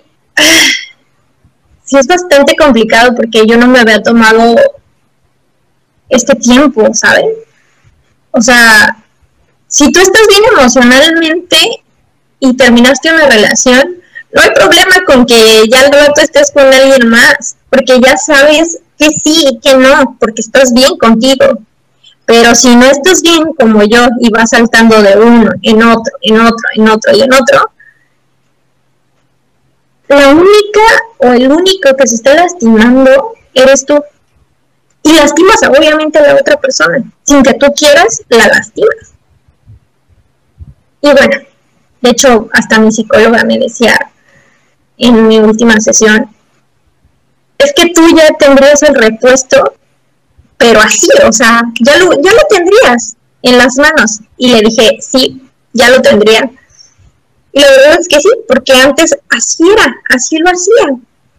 sí es bastante complicado porque yo no me había tomado este tiempo, ¿saben? O sea, si tú estás bien emocionalmente y terminaste una relación, no hay problema con que ya al rato estés con alguien más, porque ya sabes que sí y que no, porque estás bien contigo. Pero si no estás bien como yo y vas saltando de uno en otro, en otro, en otro y en otro, la única o el único que se está lastimando eres tú. Y lastimas obviamente a la otra persona. Sin que tú quieras, la lastimas. Y bueno, de hecho, hasta mi psicóloga me decía en mi última sesión, es que tú ya tendrías el repuesto, pero así, o sea, ya lo, ya lo tendrías en las manos. Y le dije, sí, ya lo tendría. Y la verdad es que sí, porque antes así era, así lo hacía.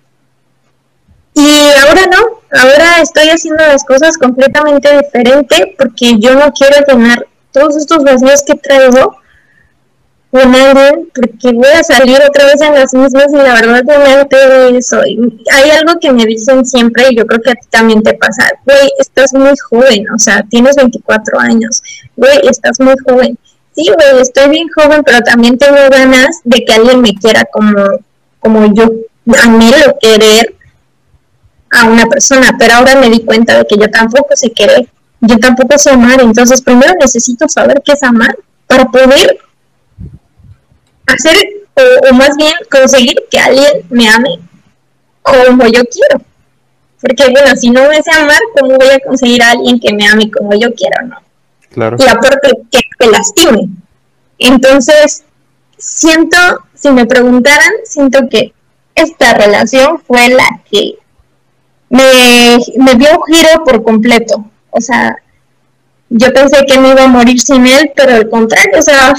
Y ahora no, ahora estoy haciendo las cosas completamente diferente porque yo no quiero llenar todos estos vacíos que traigo con alguien, porque voy a salir otra vez en las mismas y la verdad yo me entero de eso. Y hay algo que me dicen siempre y yo creo que a ti también te pasa, güey, estás muy joven, o sea, tienes veinticuatro años, güey, estás muy joven. Sí, güey, estoy bien joven, pero también tengo ganas de que alguien me quiera como, como yo anhelo querer a una persona, pero ahora me di cuenta de que yo tampoco sé querer, yo tampoco sé amar, entonces primero necesito saber qué es amar para poder hacer, o, o más bien conseguir que alguien me ame como yo quiero, porque bueno, si no me sé amar, ¿cómo voy a conseguir a alguien que me ame como yo quiero, no?
Claro.
Y aparte que me lastime. Entonces, siento, si me preguntaran, siento que esta relación fue la que me, me dio un giro por completo. O sea, yo pensé que me iba a morir sin él, pero al contrario, o sea,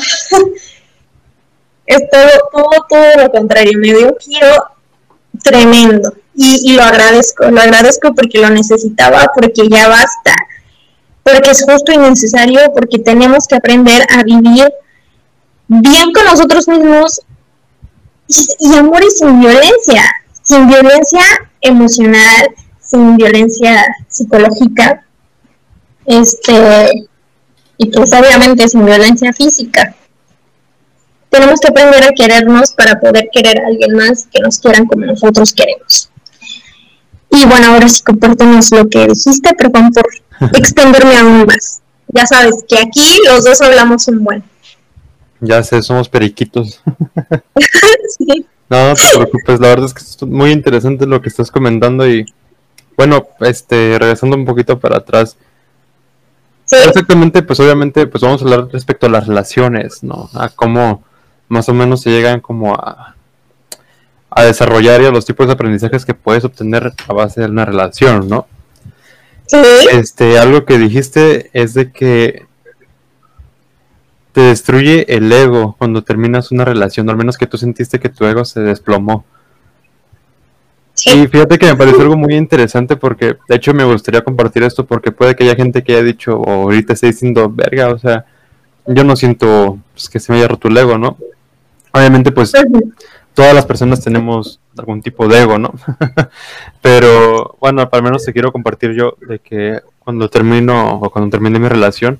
es todo, todo, todo lo contrario. Me dio un giro tremendo. Y, y lo agradezco, lo agradezco porque lo necesitaba, porque ya basta. Porque es justo y necesario, porque tenemos que aprender a vivir bien con nosotros mismos y, y amor y sin violencia, sin violencia emocional, sin violencia psicológica, este, y pues obviamente sin violencia física. Tenemos que aprender a querernos para poder querer a alguien más que nos quieran como nosotros queremos. Y bueno, ahora sí compártenos lo que dijiste, perdón por extenderme aún más. Ya sabes que aquí los dos hablamos un buen.
Ya sé, somos periquitos.
Sí.
No, no te preocupes, la verdad es que es muy interesante lo que estás comentando y bueno, este, regresando un poquito para atrás.
Sí.
Exactamente, pues obviamente pues vamos a hablar respecto a las relaciones, ¿no? A cómo más o menos se llegan como a, a desarrollar y a los tipos de aprendizajes que puedes obtener a base de una relación, ¿no?
Sí.
Este, algo que dijiste es de que te destruye el ego cuando terminas una relación, al menos que tú sentiste que tu ego se desplomó.
Sí.
Y fíjate que me parece algo muy interesante porque, de hecho, me gustaría compartir esto porque puede que haya gente que haya dicho, o ahorita esté diciendo, verga, o sea, yo no siento pues, que se me haya roto el ego, ¿no? Obviamente, pues, uh-huh. todas las personas tenemos algún tipo de ego, ¿no? Pero, bueno, al menos te quiero compartir yo de que cuando termino, o cuando termine mi relación,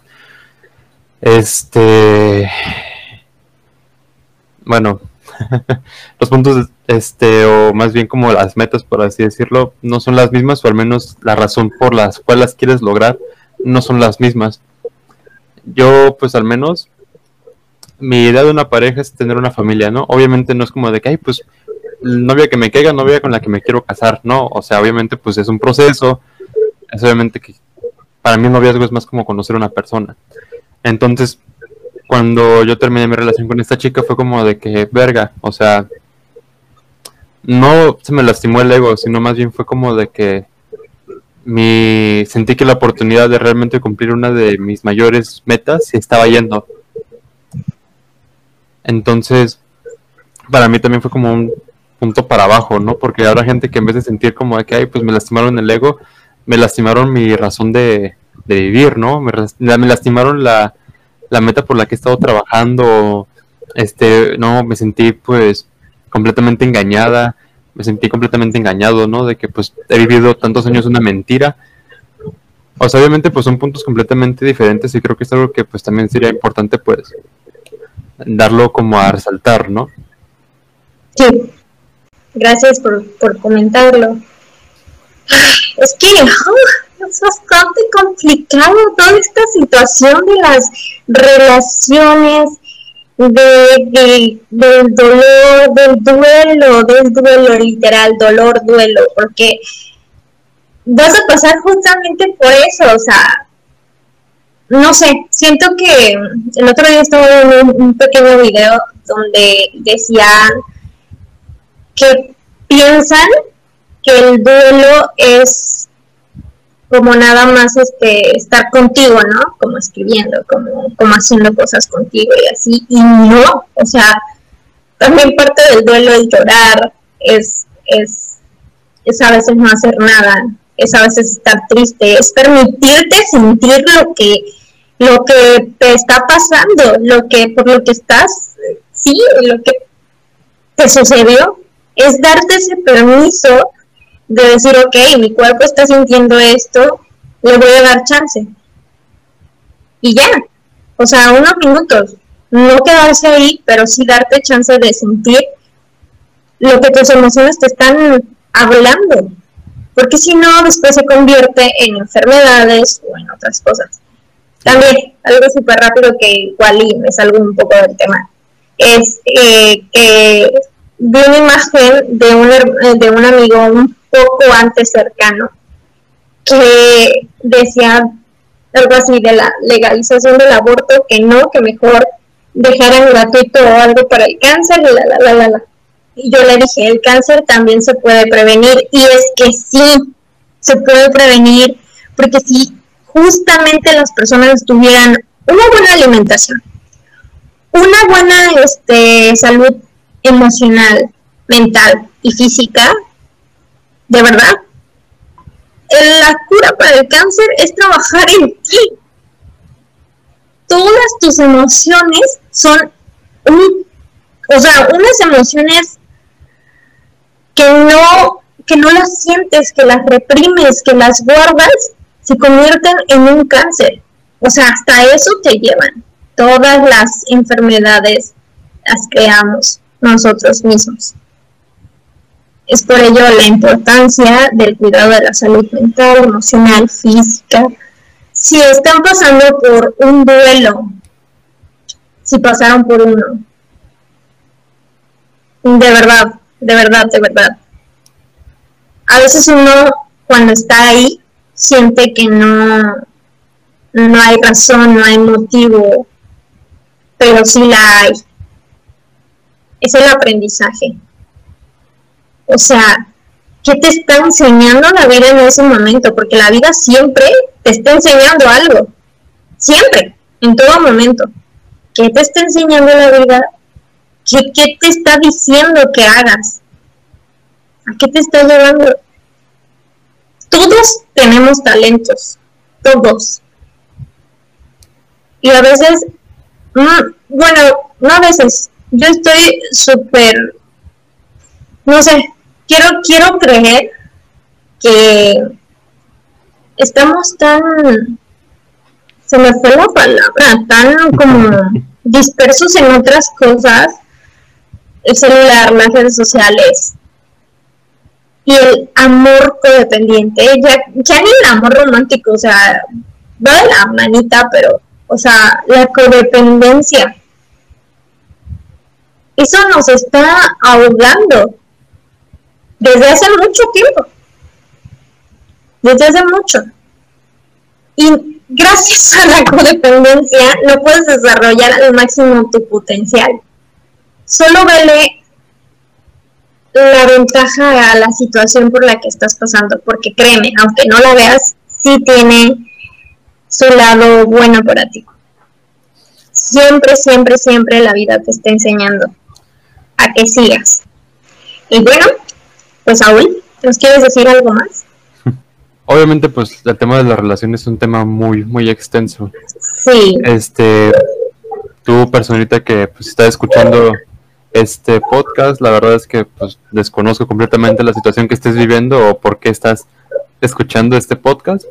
este... Bueno... los puntos, este, o más bien como las metas, por así decirlo, no son las mismas, o al menos la razón por las cuales las quieres lograr no son las mismas. Yo, pues al menos, mi idea de una pareja es tener una familia, ¿no? Obviamente no es como de que, ay, pues, novia que me caiga, novia con la que me quiero casar, ¿no? O sea, obviamente, pues es un proceso, es obviamente que para mí el noviazgo es más como conocer a una persona. Entonces, cuando yo terminé mi relación con esta chica fue como de que, verga, o sea, no se me lastimó el ego, sino más bien fue como de que mi sentí que la oportunidad de realmente cumplir una de mis mayores metas se estaba yendo. Entonces, para mí también fue como un punto para abajo, ¿no? Porque habrá gente que en vez de sentir como de que, ay, pues me lastimaron el ego, me lastimaron mi razón de, de vivir, ¿no? Me, me lastimaron la... la meta por la que he estado trabajando, este, no, me sentí pues completamente engañada, me sentí completamente engañado, ¿no? De que pues he vivido tantos años una mentira. O sea, obviamente pues son puntos completamente diferentes y creo que es algo que pues también sería importante pues darlo como a resaltar, ¿no?
Sí, gracias por, por comentarlo. Es que oh, es bastante complicado toda esta situación de las relaciones, de, de, del dolor, del duelo, del duelo literal, dolor, duelo, porque vas a pasar justamente por eso, o sea, no sé, siento que el otro día estaba viendo un, un pequeño video donde decían que piensan que el duelo es como nada más este estar contigo, ¿no? Como escribiendo, como, como haciendo cosas contigo y así, y no, o sea, también parte del duelo es llorar, es, es, es a veces no hacer nada, es a veces estar triste, es permitirte sentir lo que, lo que te está pasando, lo que, por lo que estás, sí, lo que te sucedió, es darte ese permiso de decir, ok, mi cuerpo está sintiendo esto, le voy a dar chance. Y ya, o sea, unos minutos, no quedarse ahí, pero sí darte chance de sentir lo que tus emociones te están hablando. Porque si no, después se convierte en enfermedades o en otras cosas. También, algo súper rápido que igual y me salgo un poco del tema, es eh, que vi una imagen de un, de un amigo un poco antes cercano que decía algo así de la legalización del aborto, que no, que mejor dejaran gratuito o algo para el cáncer, y la, la, la, la, la. Y yo le dije, el cáncer también se puede prevenir, y es que sí, se puede prevenir, porque si justamente las personas tuvieran una buena alimentación, una buena este, salud emocional, mental y física, de verdad, la cura para el cáncer es trabajar en ti. Todas tus emociones son un, o sea, unas emociones que no, que no las sientes, que las reprimes, que las guardas, se convierten en un cáncer. O sea, hasta eso te llevan. Todas las enfermedades las creamos nosotros mismos. Es por ello la importancia del cuidado de la salud mental, emocional, física, si están pasando por un duelo, si pasaron por uno, de verdad, de verdad, de verdad. A veces uno, cuando está ahí, siente que no, no hay razón, no hay motivo, pero sí la hay. Es el aprendizaje. O sea, ¿qué te está enseñando la vida en ese momento? Porque la vida siempre te está enseñando algo. Siempre, en todo momento. ¿Qué te está enseñando la vida? ¿Qué, qué te está diciendo que hagas? ¿A qué te está llevando? Todos tenemos talentos. Todos. Y a veces, no, bueno, no a veces, yo estoy súper, no sé, quiero, quiero creer que estamos tan, se me fue la palabra, tan como dispersos en otras cosas, el celular, las redes sociales, y el amor codependiente, ya, ya ni el amor romántico, o sea, va de la manita, pero, o sea, la codependencia, eso nos está ahogando desde hace mucho tiempo, desde hace mucho, y gracias a la codependencia no puedes desarrollar al máximo tu potencial. Solo vele la ventaja a la situación por la que estás pasando, porque créeme, aunque no la veas, sí tiene su lado bueno para ti. Siempre, siempre, siempre la vida te está enseñando a que sigas. Y bueno, pues Saúl, ¿nos quieres decir algo más?
Obviamente, pues el tema de las relaciones es un tema muy, muy extenso.
Sí.
Este, tú, personita que pues está escuchando este podcast, la verdad es que pues desconozco completamente la situación que estés viviendo o por qué estás escuchando este podcast.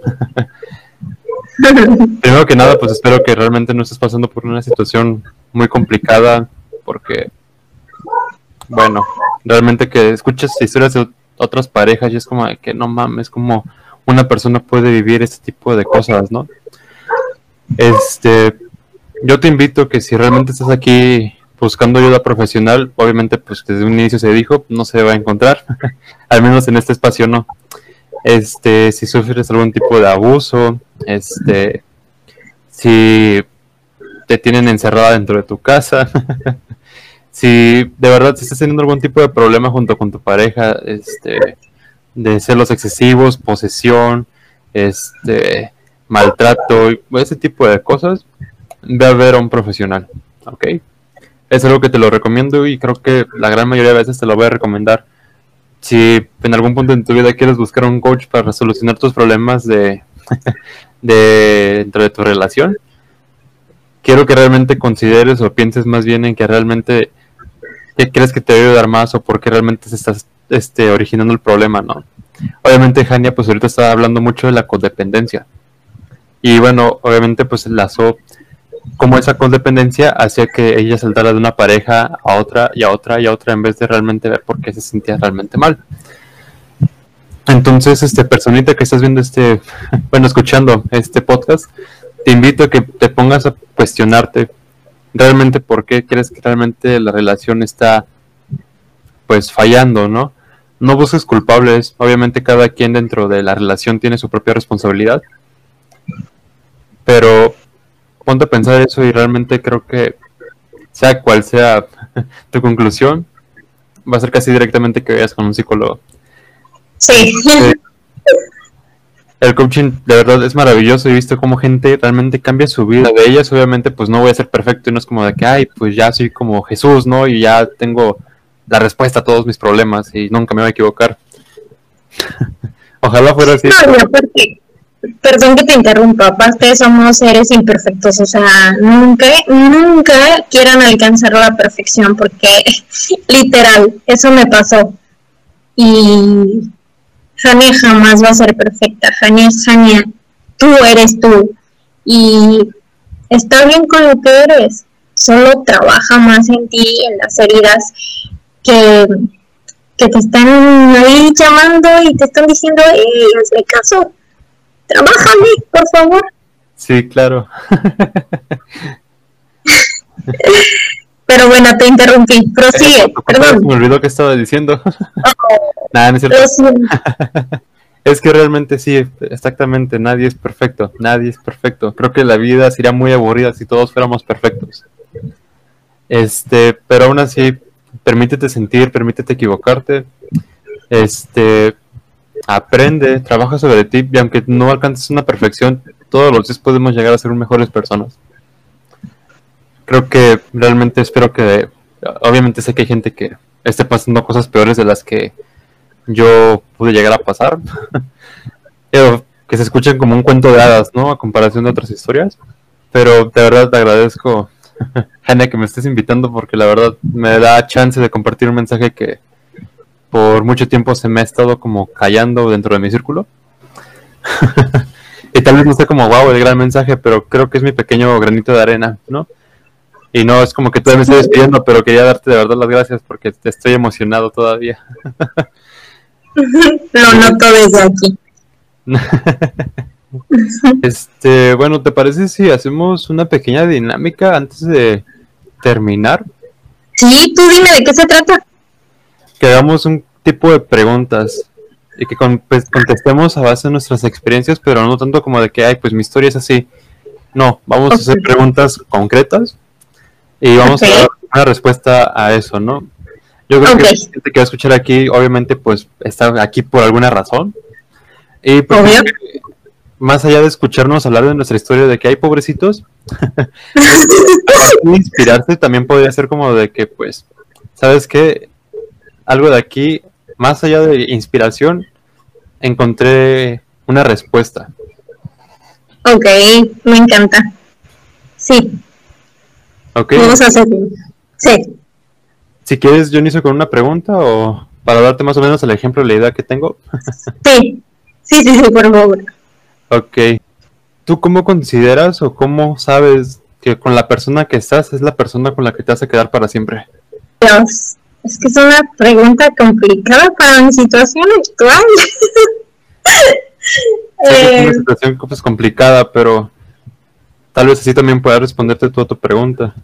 Primero que nada, pues espero que realmente no estés pasando por una situación muy complicada, porque, bueno, realmente que escuchas historias de otras parejas y es como que no mames, como una persona puede vivir este tipo de cosas, ¿no? Este, yo te invito que si realmente estás aquí buscando ayuda profesional, obviamente pues desde un inicio se dijo, no se va a encontrar, al menos en este espacio no. Este, si sufres algún tipo de abuso, este, si te tienen encerrada dentro de tu casa, si de verdad si estás teniendo algún tipo de problema junto con tu pareja, este, de celos excesivos, posesión, este, maltrato, ese tipo de cosas, ve a ver a un profesional, ¿ok? Es algo que te lo recomiendo y creo que la gran mayoría de veces te lo voy a recomendar. Si en algún punto en tu vida quieres buscar un coach para solucionar tus problemas de, de dentro de tu relación, quiero que realmente consideres o pienses más bien en que realmente qué crees que te debe ayudar más o por qué realmente se estás este, originando el problema, ¿no? Obviamente Jania pues ahorita estaba hablando mucho de la codependencia y bueno, obviamente pues enlazó como esa codependencia hacía que ella saltara de una pareja a otra y a otra y a otra en vez de realmente ver por qué se sentía realmente mal. Entonces, este personita que estás viendo este, bueno, escuchando este podcast, te invito a que te pongas a cuestionarte realmente por qué crees que realmente la relación está pues fallando, ¿no? No busques culpables, obviamente cada quien dentro de la relación tiene su propia responsabilidad, pero ponte a pensar eso y realmente creo que sea cual sea tu conclusión, va a ser casi directamente que vayas con un psicólogo.
Sí.
Eh, el coaching de verdad es maravilloso. He visto cómo gente realmente cambia su vida. De ellas obviamente pues no voy a ser perfecto y no es como de que ay pues ya soy como Jesús, ¿no? Y ya tengo la respuesta a todos mis problemas y nunca me voy a equivocar. Ojalá fuera así.
No, no, porque, perdón que te interrumpa, aparte somos seres imperfectos, o sea, nunca, nunca quieran alcanzar la perfección, porque literal, eso me pasó. Y Jania jamás va a ser perfecta, Jania es Jania, tú eres tú, y está bien con lo que eres, solo trabaja más en ti, en las heridas que... que te están ahí llamando y te están diciendo, ¡eh, hazme caso! ¡Trabájame, por favor!
Sí, claro.
Pero bueno, te interrumpí. Prosigue,
Eh,
perdón.
me olvidó que estaba diciendo.
Oh,
Nada, no es cierto.
prosigue.
Es que realmente sí, exactamente, nadie es perfecto, nadie es perfecto. Creo que la vida sería muy aburrida si todos fuéramos perfectos. Este, pero aún así, permítete sentir, permítete equivocarte. Este, aprende, trabaja sobre ti y aunque no alcances una perfección, todos los días podemos llegar a ser mejores personas. Creo que realmente espero que, obviamente sé que hay gente que esté pasando cosas peores de las que yo pude llegar a pasar, pero que se escuchen como un cuento de hadas, ¿no? A comparación de otras historias. Pero de verdad te agradezco, Jania, que me estés invitando porque la verdad me da chance de compartir un mensaje que por mucho tiempo se me ha estado como callando dentro de mi círculo. Y tal vez no sea como wow el gran mensaje, pero creo que es mi pequeño granito de arena, ¿no? Y no es como que todavía me estoy despidiendo, pero quería darte de verdad las gracias porque te estoy emocionado todavía.
Lo noto desde aquí.
Este, bueno, ¿te parece si hacemos una pequeña dinámica antes de terminar?
Sí, tú dime de qué se trata.
Que hagamos un tipo de preguntas y que con, pues, contestemos a base de nuestras experiencias, pero no tanto como de que, ay, pues mi historia es así. No, vamos okay. a hacer preguntas concretas y vamos okay. a dar una respuesta a eso, ¿no? Yo creo okay. que la gente que va a escuchar aquí, obviamente, pues está aquí por alguna razón. Y pues,
Obvio.
Más allá de escucharnos hablar de nuestra historia de que hay pobrecitos, inspirarse también podría ser como de que, pues, ¿sabes qué? Algo de aquí, más allá de inspiración, encontré una respuesta.
Ok, me encanta. Sí.
Ok.
Vamos a hacerlo. Sí.
Si quieres, yo inicio con una pregunta o para darte más o menos el ejemplo de la idea que tengo.
Sí. Sí, sí, sí, por favor.
Ok. ¿Tú cómo consideras o cómo sabes que con la persona que estás es la persona con la que te vas a quedar para siempre?
Dios, es que es una pregunta complicada para mi situación actual.
Sí, eh, es una situación pues, complicada, pero tal vez así también pueda responderte toda tu pregunta.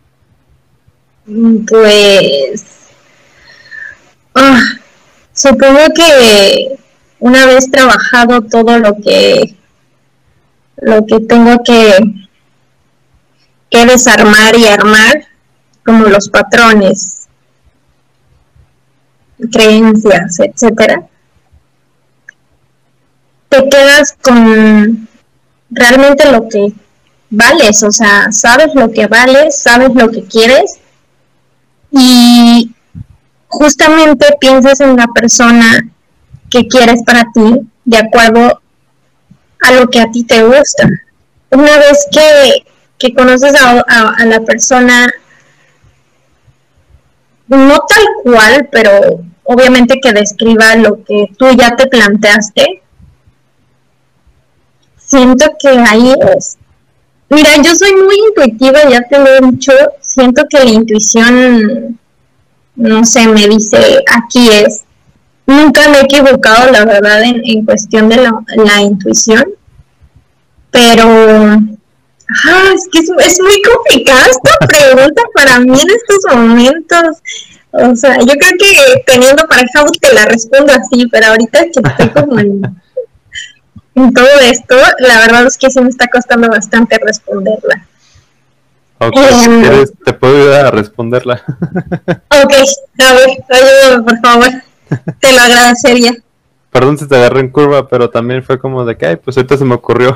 Pues... Oh, supongo que una vez trabajado todo lo que lo que tengo que, que desarmar y armar, como los patrones, creencias, etcétera, te quedas con realmente lo que vales, o sea, sabes lo que vales, sabes lo que quieres y justamente piensas en la persona que quieres para ti de acuerdo a lo que a ti te gusta. Una vez que, que conoces a, a, a la persona, no tal cual, pero obviamente que describa lo que tú ya te planteaste, siento que ahí es. Mira, yo soy muy intuitiva, ya te lo he dicho, siento que la intuición, no sé, me dice, aquí es. Nunca me he equivocado, la verdad, en, en cuestión de la, la intuición, pero ah, es que es, es muy complicada esta pregunta para mí en estos momentos. O sea, yo creo que teniendo pareja te la respondo así, pero ahorita que estoy como en, en todo esto, la verdad es que sí me está costando bastante responderla.
Ok, um, si quieres, te puedo ayudar a responderla.
Ok, a ver, ayúdame por favor. Te lo agradecería.
Perdón si te agarré en curva, pero también fue como de que, ay, pues ahorita se me ocurrió.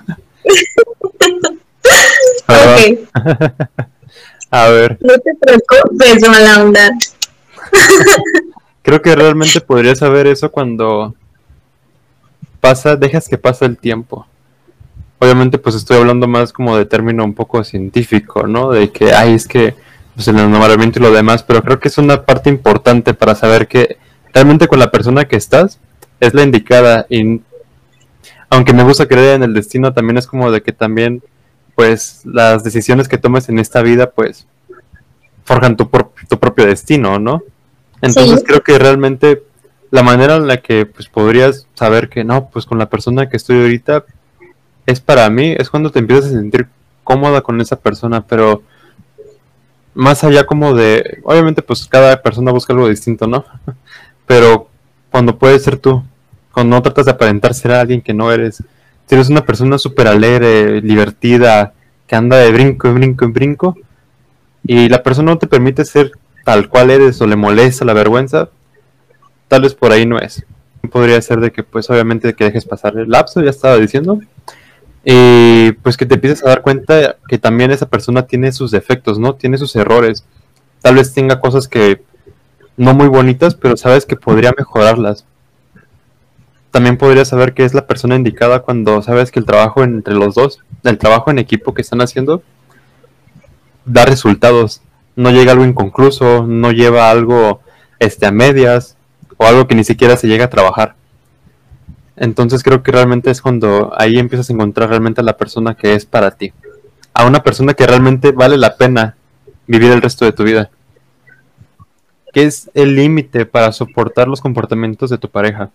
Ok.
A ver.
No te preocupes, mala onda.
Creo que realmente podrías saber eso cuando pasa, dejas que pase el tiempo. Obviamente, pues estoy hablando más como de término un poco científico, ¿no? De que, ay, es que pues el enamoramiento y lo demás, pero creo que es una parte importante para saber que realmente con la persona que estás es la indicada y aunque me gusta creer en el destino, también es como de que también pues las decisiones que tomes en esta vida pues forjan tu, pro- tu propio destino, ¿no? Entonces sí. Creo que realmente la manera en la que pues podrías saber que no, pues con la persona que estoy ahorita es para mí, es cuando te empiezas a sentir cómoda con esa persona, pero más allá como de, obviamente pues cada persona busca algo distinto, ¿no? Pero cuando puedes ser tú, cuando no tratas de aparentar ser alguien que no eres, si eres una persona súper alegre, divertida, que anda de brinco en brinco en brinco, y la persona no te permite ser tal cual eres o le molesta la vergüenza, tal vez por ahí no es. Podría ser de que pues obviamente que dejes pasar el lapso, ya estaba diciendo, y pues que te empieces a dar cuenta que también esa persona tiene sus defectos, ¿no? Tiene sus errores, tal vez tenga cosas que no muy bonitas, pero sabes que podría mejorarlas. También podrías saber que es la persona indicada cuando sabes que el trabajo entre los dos, el trabajo en equipo que están haciendo, da resultados. No llega algo inconcluso, no lleva algo este, a medias, o algo que ni siquiera se llega a trabajar. Entonces creo que realmente es cuando ahí empiezas a encontrar realmente a la persona que es para ti. A una persona que realmente vale la pena vivir el resto de tu vida. ¿Qué es el límite para soportar los comportamientos de tu pareja?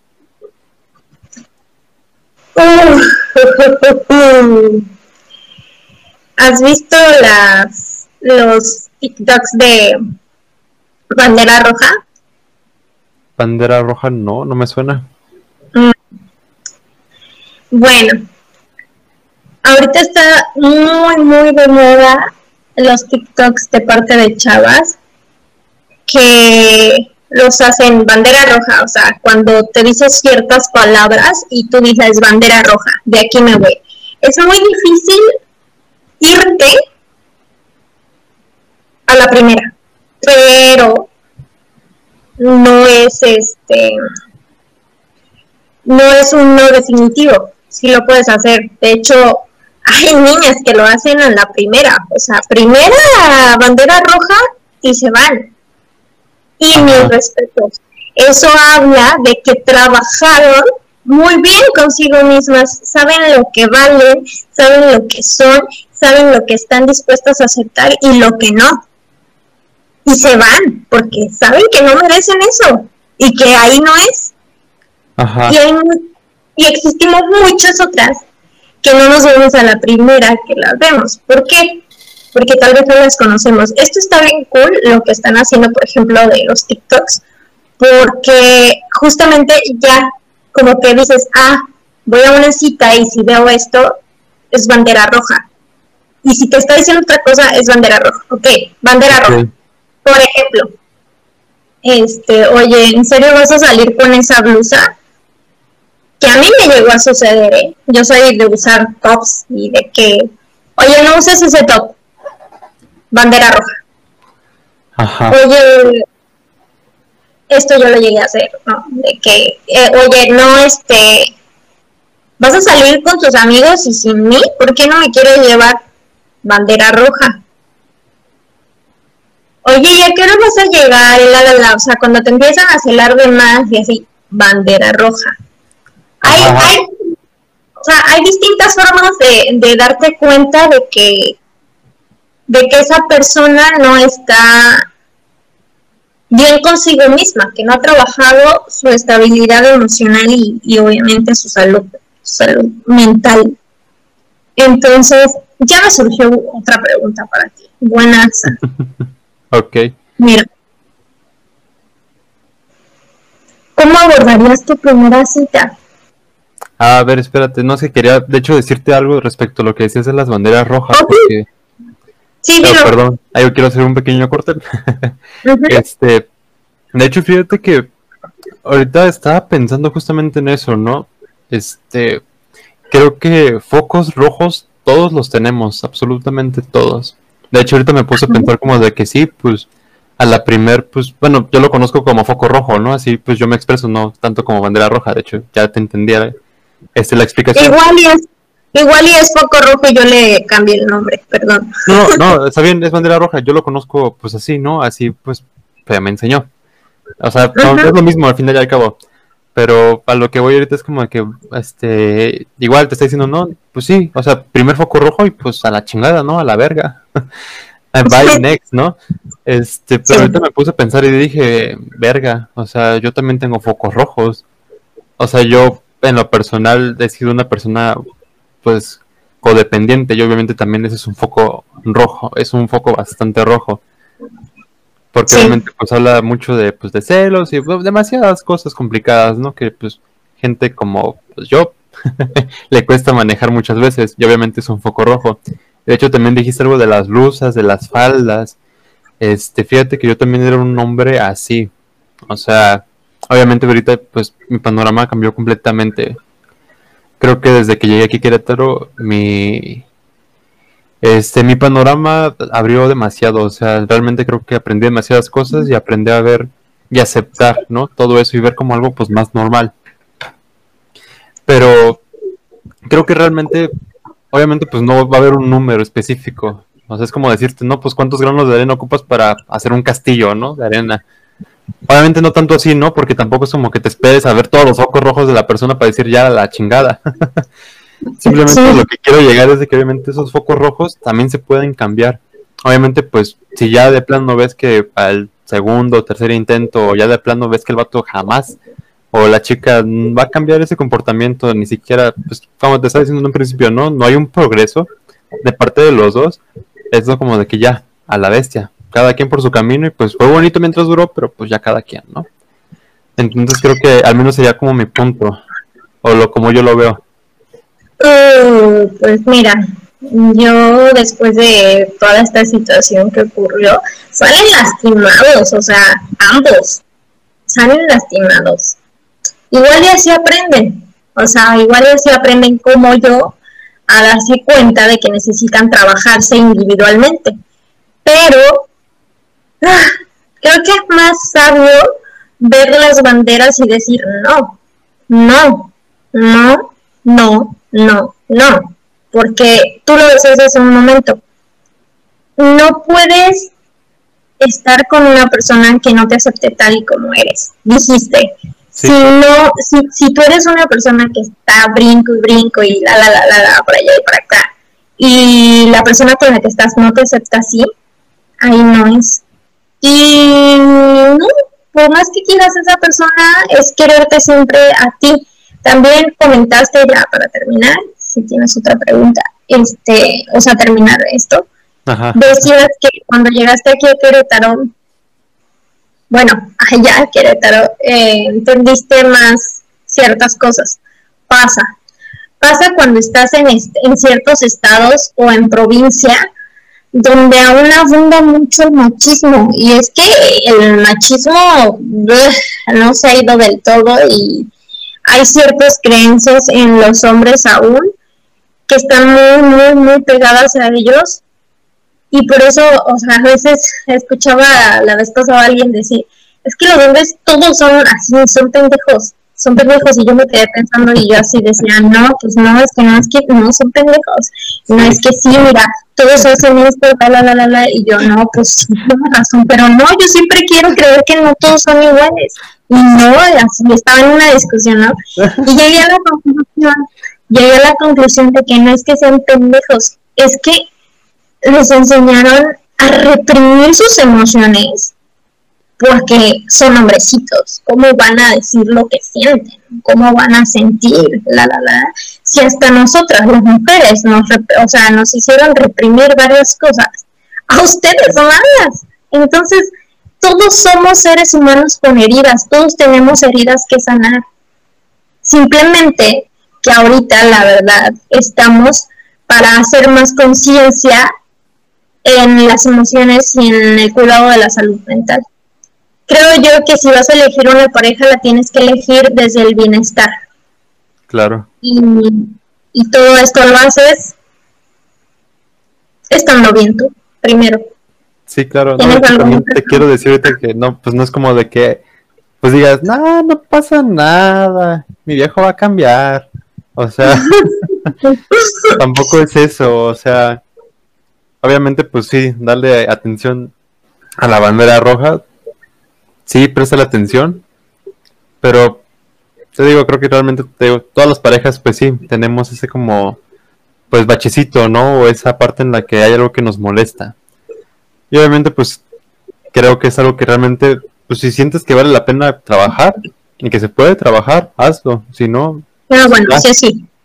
¿Has visto las los TikToks de bandera roja?
Bandera roja no, no me suena.
Mm. Bueno, ahorita está muy, muy de moda los TikToks de parte de chavas que los hacen bandera roja, o sea, cuando te dices ciertas palabras y tú dices bandera roja, de aquí me voy. Es muy difícil irte a la primera, pero no es este, no es un no definitivo, sí lo puedes hacer. De hecho, hay niñas que lo hacen en la primera, o sea, primera bandera roja y se van. Y mis respetos. Eso habla de que trabajaron muy bien consigo mismas, saben lo que valen, saben lo que son, saben lo que están dispuestas a aceptar y lo que no. Y se van, porque saben que no merecen eso y que ahí no es.
Ajá.
Y, hay, y existimos muchas otras que no nos vemos a la primera que las vemos. ¿Por qué? Porque tal vez no las conocemos. Esto está bien cool, lo que están haciendo, por ejemplo, de los TikToks, porque justamente ya como que dices, ah, voy a una cita y si veo esto, es bandera roja. Y si te está diciendo otra cosa, es bandera roja. Ok, bandera
Okay.
roja. Por ejemplo, este, oye, ¿en serio vas a salir con esa blusa? Que a mí me llegó a suceder, ¿eh? Yo soy de usar tops y de que, oye, no uses ese top. Bandera roja.
Ajá.
Oye, esto yo lo llegué a hacer, ¿no? De que, eh, oye, no, este, vas a salir con tus amigos y sin mí, ¿por qué no me quieres llevar? Bandera roja. Oye, ¿ya qué hora vas a llegar? Y la, la, la, o sea, cuando te empiezan a celar de más y así, bandera roja. Hay, hay, o sea, hay distintas formas de, de darte cuenta de que de que esa persona no está bien consigo misma, que no ha trabajado su estabilidad emocional y, y obviamente su salud, su salud mental. Entonces, ya me surgió otra pregunta para ti. Buenas.
Ok.
Mira, ¿cómo abordarías tu primera cita?
A ver, espérate, no sé, quería de hecho decirte algo respecto a lo que decías de las banderas rojas,
Ok.
porque...
Sí,
Pero,
dilo.
perdón, ahí yo quiero hacer un pequeño corte.
Ujú.
Este, de hecho, fíjate que ahorita estaba pensando justamente en eso, ¿no? Este, creo que focos rojos todos los tenemos, absolutamente todos. De hecho, ahorita me puse a pensar como de que sí, pues, a la primer, pues, bueno, yo lo conozco como foco rojo, ¿no? Así, pues, yo me expreso, no tanto como bandera roja, de hecho, ya te entendía, este, la explicación.
Igual y es, igual y es foco rojo y yo le cambié el nombre, perdón.
No, no, está bien, es bandera roja, yo lo conozco, pues, así, ¿no? Así, pues, pues me enseñó. O sea, no,
Ajá.
es lo mismo al final y al cabo. Pero a lo que voy ahorita es como que, este, igual te está diciendo, no, pues sí, o sea, primer foco rojo y pues a la chingada, ¿no? A la verga. Bye, next, ¿no? Este, pero
Sí.
ahorita me puse a pensar y dije, verga, o sea, yo también tengo focos rojos. O sea, yo en lo personal he sido una persona, pues, codependiente, y obviamente también ese es un foco rojo, es un foco bastante rojo. Porque sí. Obviamente pues habla mucho de, pues, de celos y pues, demasiadas cosas complicadas, ¿no? Que pues gente como pues, yo le cuesta manejar muchas veces, y obviamente es un foco rojo. De hecho también dijiste algo de las blusas, de las faldas. Este, fíjate que yo también era un hombre así. O sea, obviamente ahorita pues mi panorama cambió completamente. Creo que desde que llegué aquí a Querétaro, mi... Este, mi panorama abrió demasiado, o sea, realmente creo que aprendí demasiadas cosas y aprendí a ver y aceptar, ¿no? Todo eso y ver como algo pues más normal. Pero creo que realmente, obviamente pues no va a haber un número específico. O sea, es como decirte, no, pues cuántos granos de arena ocupas para hacer un castillo, ¿no? De arena. Obviamente no tanto así, ¿no? Porque tampoco es como que te esperes a ver todos los focos rojos de la persona para decir ya la chingada. Simplemente sí. Lo que quiero llegar es de que obviamente esos focos rojos también se pueden cambiar. Obviamente pues si ya de plano ves que al segundo o tercer intento o ya de plano ves que el vato jamás o la chica va a cambiar ese comportamiento, ni siquiera, pues como te estaba diciendo en un principio, ¿no? No hay un progreso de parte de los dos. Es como de que ya, a la bestia, cada quien por su camino y pues fue bonito mientras duró, pero pues ya cada quien, ¿no? Entonces creo que al menos sería como mi punto, o lo como yo lo veo.
Uh, pues mira, yo después de toda esta situación que ocurrió, salen lastimados, o sea, ambos salen lastimados. Igual y así aprenden, o sea, igual y así aprenden como yo a darse cuenta de que necesitan trabajarse individualmente. Pero ah, creo que es más sabio ver las banderas y decir no, no, no, no, no, no, porque tú lo decías hace un momento, no puedes estar con una persona que no te acepte tal y como eres, dijiste. Sí. Si no, si, si tú eres una persona que está brinco y brinco y la la la la la por allá y por acá, y la persona con la que estás no te acepta así, ahí no es. Y no, por más que quieras a esa persona, es quererte siempre a ti. También comentaste, ya para terminar, si tienes otra pregunta, este, o sea, terminar esto, ajá, decías que cuando llegaste aquí a Querétaro, bueno, allá a Querétaro, eh, entendiste más ciertas cosas. Pasa, pasa cuando estás en, este, en ciertos estados o en provincia, donde aún abunda mucho el machismo, y es que el machismo ugh, no se ha ido del todo y hay ciertas creencias en los hombres aún que están muy, muy, muy pegadas a ellos, y por eso, o sea, a veces escuchaba la vez pasada a alguien decir, es que los hombres todos son así, son pendejos, son pendejos, y yo me quedé pensando y yo así decía, no, pues no, es que no, es que no son pendejos, no, es que sí, mira, todos hacen esto, la, la, la, la, la, y yo, no, pues sí, tienes razón, pero no, yo siempre quiero creer que no todos son iguales, y no, así estaba en una discusión, ¿no? Y llegué a la conclusión, llegué a la conclusión de que no es que sean pendejos, es que les enseñaron a reprimir sus emociones, porque son hombrecitos, ¿cómo van a decir lo que sienten? ¿Cómo van a sentir? La, la, la. Si hasta nosotras, las mujeres, nos, o sea, nos hicieron reprimir varias cosas, a ustedes más. Entonces, todos somos seres humanos con heridas, todos tenemos heridas que sanar. Simplemente que ahorita, la verdad, estamos para hacer más conciencia en las emociones y en el cuidado de la salud mental. Creo yo que si vas a elegir una pareja, la tienes que elegir desde el bienestar.
Claro.
Y, y todo esto lo haces estando bien tú, primero.
Sí, claro. No, también te quiero decir ahorita que no, pues no es como de que pues digas, no, no pasa nada, mi viejo va a cambiar. O sea, tampoco es eso, o sea, obviamente pues sí, darle atención a la bandera roja. Sí, presta la atención, pero te digo, creo que realmente te digo, todas las parejas, pues sí, tenemos ese como, pues bachecito, ¿no? O esa parte en la que hay algo que nos molesta. Y obviamente, pues, creo que es algo que realmente, pues si sientes que vale la pena trabajar y que se puede trabajar, hazlo. Si no...
Ah, bueno, sí, sí.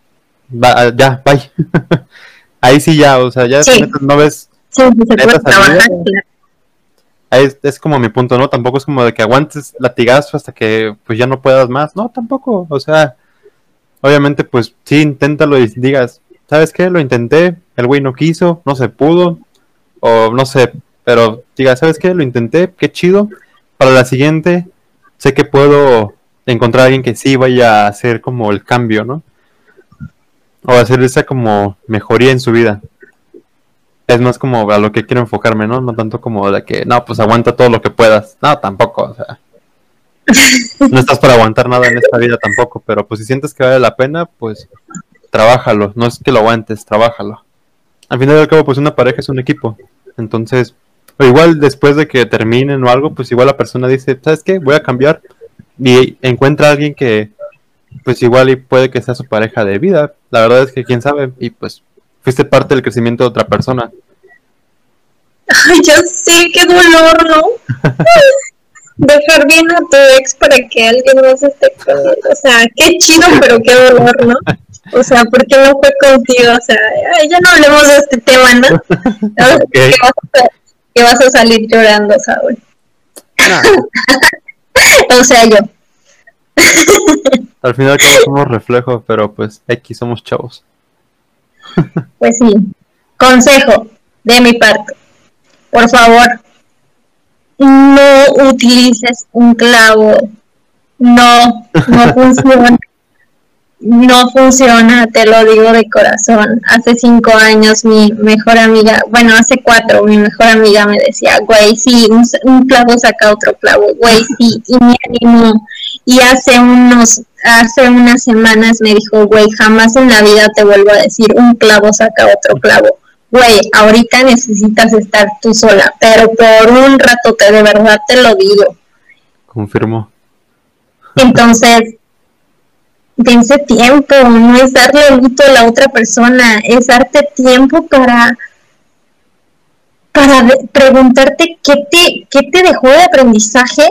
va, ya, bye. Ahí sí ya, o sea, ya
Sí.
no ves.
Sí, sí se puede
Neta,
trabajar,
salida.
claro.
Ahí es, es como mi punto, ¿no? Tampoco es como de que aguantes latigazo hasta que pues ya no puedas más. No, tampoco. O sea, obviamente, pues sí, inténtalo y digas, ¿sabes qué? Lo intenté, el güey no quiso, no se pudo, o no sé, pero digas, ¿sabes qué? Lo intenté, qué chido. Para la siguiente, sé que puedo encontrar a alguien que sí vaya a hacer como el cambio, ¿no? O hacer esa como mejoría en su vida. Es más como a lo que quiero enfocarme, ¿no? No tanto como de que, no, pues aguanta todo lo que puedas. No, tampoco, o sea. No estás para aguantar nada en esta vida tampoco, pero pues si sientes que vale la pena, pues trabájalo. No es que lo aguantes, trabájalo. Al final y al cabo, pues una pareja es un equipo. Entonces, o igual después de que terminen o algo, pues igual la persona dice, ¿sabes qué? Voy a cambiar. Y encuentra a alguien que, pues igual y puede que sea su pareja de vida. La verdad es que quién sabe. Y pues fuiste parte del crecimiento de otra persona.
Ay, yo sé, qué dolor, ¿no? Dejar bien a tu ex para que alguien más esté con él. O sea, qué chido, pero qué dolor, ¿no? O sea, ¿por qué no fue contigo? O sea, ay, ya no hablemos de este tema, ¿no?
Okay.
Que, vas a, que vas a salir llorando, Saúl.
No.
O sea, yo.
Al final todos somos reflejos, pero pues X somos chavos.
Pues sí. Consejo de mi parte. Por favor, no utilices un clavo. No, no funciona. No funciona, te lo digo de corazón. Hace cinco años mi mejor amiga, bueno, hace cuatro, mi mejor amiga me decía, güey, sí, un, un clavo saca otro clavo, güey, sí, y me animó. Y hace unos, hace unas semanas me dijo, güey, jamás en la vida te vuelvo a decir, un clavo saca otro clavo. Güey, ahorita necesitas estar tú sola, pero por un rato te de verdad te lo digo.
Confirmo.
Entonces, dense tiempo, no es darle el gusto a la otra persona, es darte tiempo para, para de, preguntarte qué te, qué te dejó de aprendizaje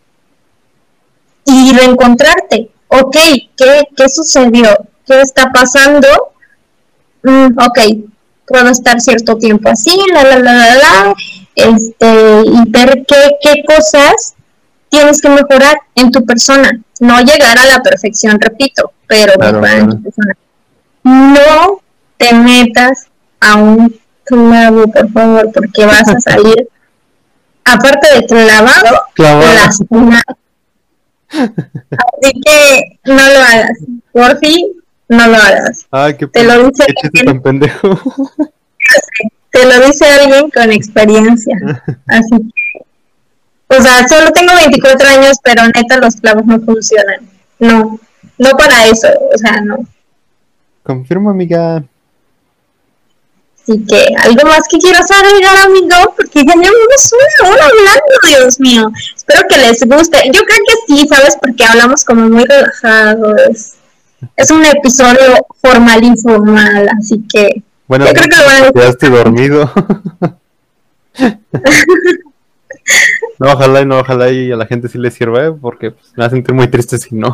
y reencontrarte. Ok, ¿qué, qué sucedió? ¿Qué está pasando? Mm, ok, puedo estar cierto tiempo así, la, la, la, la, la, este, y ver qué, qué cosas tienes que mejorar en tu persona. No llegar a la perfección, repito, pero
Claro,
mejorar en
claro.
tu persona. No te metas a un clavo, por favor, porque vas a salir, aparte de clavado,
Clavado.
lastimado. Así que no lo hagas. Por fin, no lo hagas.
Ay, qué,
Te lo dice
qué chiste
alguien,
tan pendejo.
te lo dice alguien con experiencia. Así que, o sea, solo tengo veinticuatro años, pero neta los clavos no funcionan. No, no para eso, o sea, no.
Confirmo, amiga.
Así que, algo más que quieras agregar, amigo, porque ya llevamos una hora hablando, Dios mío. Espero que les guste. Yo creo que sí, ¿sabes? Porque hablamos como muy relajados. Es un episodio formal informal, así que
Bueno,
yo creo que lo van a
te quedaste dormido. No, ojalá y no, ojalá y a la gente sí le sirva, ¿eh? Porque pues, me va a sentir muy triste si no.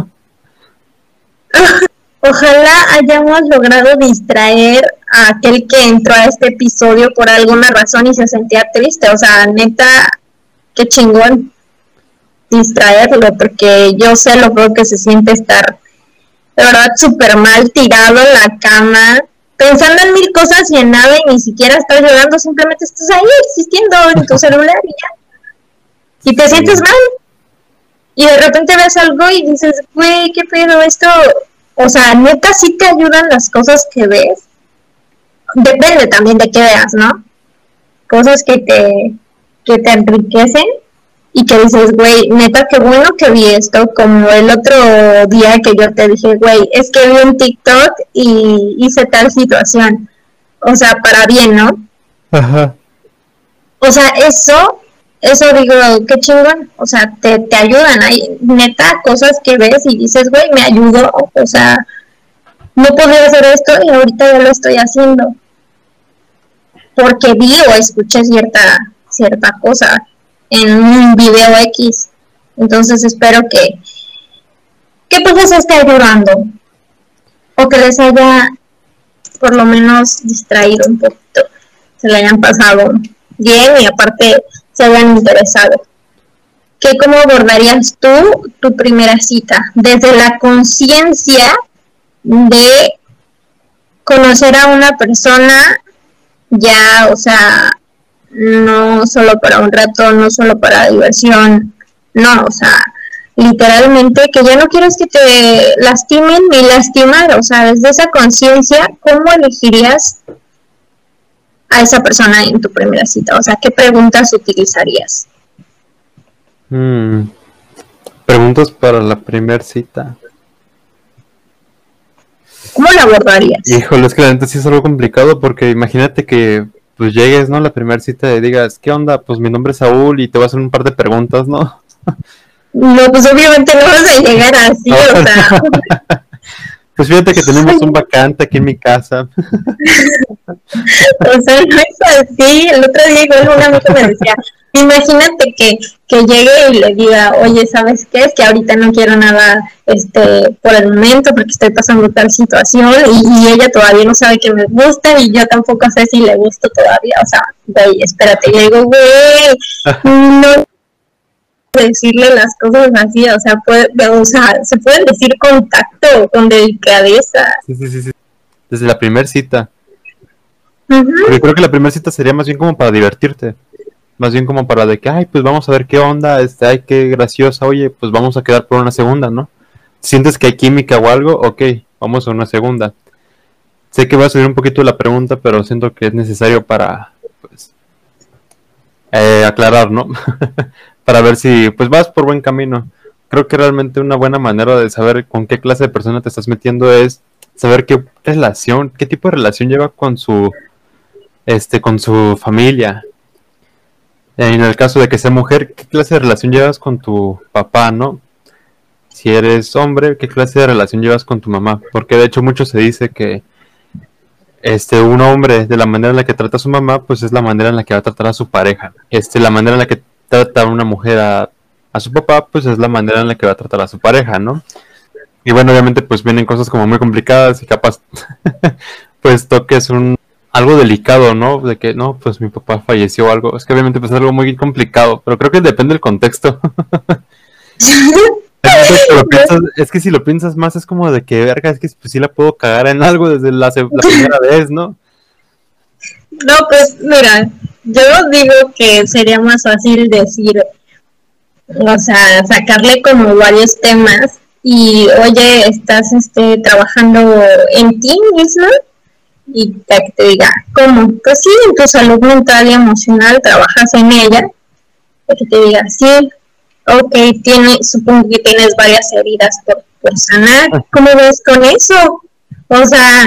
Ojalá hayamos logrado distraer a aquel que entró a este episodio por alguna razón y se sentía triste. O sea, neta, qué chingón distraerlo, porque yo sé lo feo que se siente estar, de verdad, súper mal tirado en la cama, pensando en mil cosas y en nada, y ni siquiera estás llorando, simplemente estás ahí existiendo en tu celular y ya. Y te
Sí.
sientes mal. Y de repente ves algo y dices, güey, qué pedo esto. O sea, neta, sí te ayudan las cosas que ves. Depende también de qué veas, ¿no? Cosas que te, que te enriquecen y que dices, güey, neta, qué bueno que vi esto. Como el otro día que yo te dije, güey, es que vi un TikTok y hice tal situación. O sea, para bien, ¿no?
Ajá.
O sea, eso, eso digo, qué chingón. O sea, te, te ayudan. Hay neta cosas que ves y dices, güey, me ayudó. O sea, no podía hacer esto y ahorita ya lo estoy haciendo. Porque vi o escuché cierta, cierta cosa en un video X. Entonces espero que, que pues eso esté ayudando. o que les haya por lo menos distraído un poquito, se le hayan pasado bien y aparte se hayan interesado. ¿Qué, cómo abordarías tú tu primera cita? Desde la conciencia de conocer a una persona ya, o sea, no solo para un rato, no solo para diversión, no, o sea, literalmente que ya no quieres que te lastimen ni lastimar, o sea, desde esa conciencia, ¿cómo elegirías a esa persona en tu primera cita? O sea, ¿qué preguntas utilizarías?
Hmm. Preguntas para la primera cita.
¿Cómo la abordarías?
Híjole, es que la neta sí es algo complicado porque imagínate que pues llegues, ¿no? La primera cita y digas, ¿qué onda? Pues mi nombre es Saúl y te voy a hacer un par de preguntas, ¿no?
No, pues obviamente no vas a llegar así,
no,
o sea...
Pues fíjate que tenemos un vacante aquí en mi casa.
O sea, no es así. El otro día igual un amigo me decía, imagínate que, que llegue y le diga, oye, ¿sabes qué? Es que ahorita no quiero nada este por el momento porque estoy pasando tal situación y, y ella todavía no sabe que me gusta y yo tampoco sé si le gusto todavía. O sea, güey, espérate. Y le digo, güey, no decirle las cosas así, o sea, puede, o sea, se pueden decir con tacto, con delicadeza.
Sí, sí, sí, sí. Desde la primera cita.
Uh-huh.
Porque creo que la primera cita sería más bien como para divertirte. Más bien como para de que, ay, pues vamos a ver qué onda, este, ay, qué graciosa, oye, pues vamos a quedar por una segunda, ¿no? ¿Sientes que hay química o algo? Ok, vamos a una segunda. Sé que va a subir un poquito la pregunta, pero siento que es necesario para, pues, eh, aclarar, ¿no? Para ver si, pues, vas por buen camino. Creo que realmente una buena manera de saber con qué clase de persona te estás metiendo es saber qué relación, qué tipo de relación lleva con su, este, con su familia. En el caso de que sea mujer, ¿qué clase de relación llevas con tu papá, no? Si eres hombre, ¿qué clase de relación llevas con tu mamá? Porque de hecho mucho se dice que este un hombre, de la manera en la que trata a su mamá, pues es la manera en la que va a tratar a su pareja. Este, la manera en la que trata una mujer a, a su papá, pues es la manera en la que va a tratar a su pareja, ¿no? Y bueno, obviamente pues vienen cosas como muy complicadas y capaz pues toques un algo delicado, ¿no? De que, no, pues mi papá falleció o algo. Es que obviamente pues es algo muy complicado, pero creo que depende del contexto. Es que, piensas, es que si lo piensas más es como de que, verga, es que pues, sí la puedo cagar en algo desde la, la primera vez, ¿no?
No, pues mira, yo digo que sería más fácil decir, o sea, sacarle como varios temas y, oye, estás este trabajando en ti mismo y que te diga, ¿cómo? Pues sí, en tu salud mental y emocional trabajas en ella, que te diga, sí, ok, tiene, supongo que tienes varias heridas por, por sanar, ¿cómo ves con eso? O sea,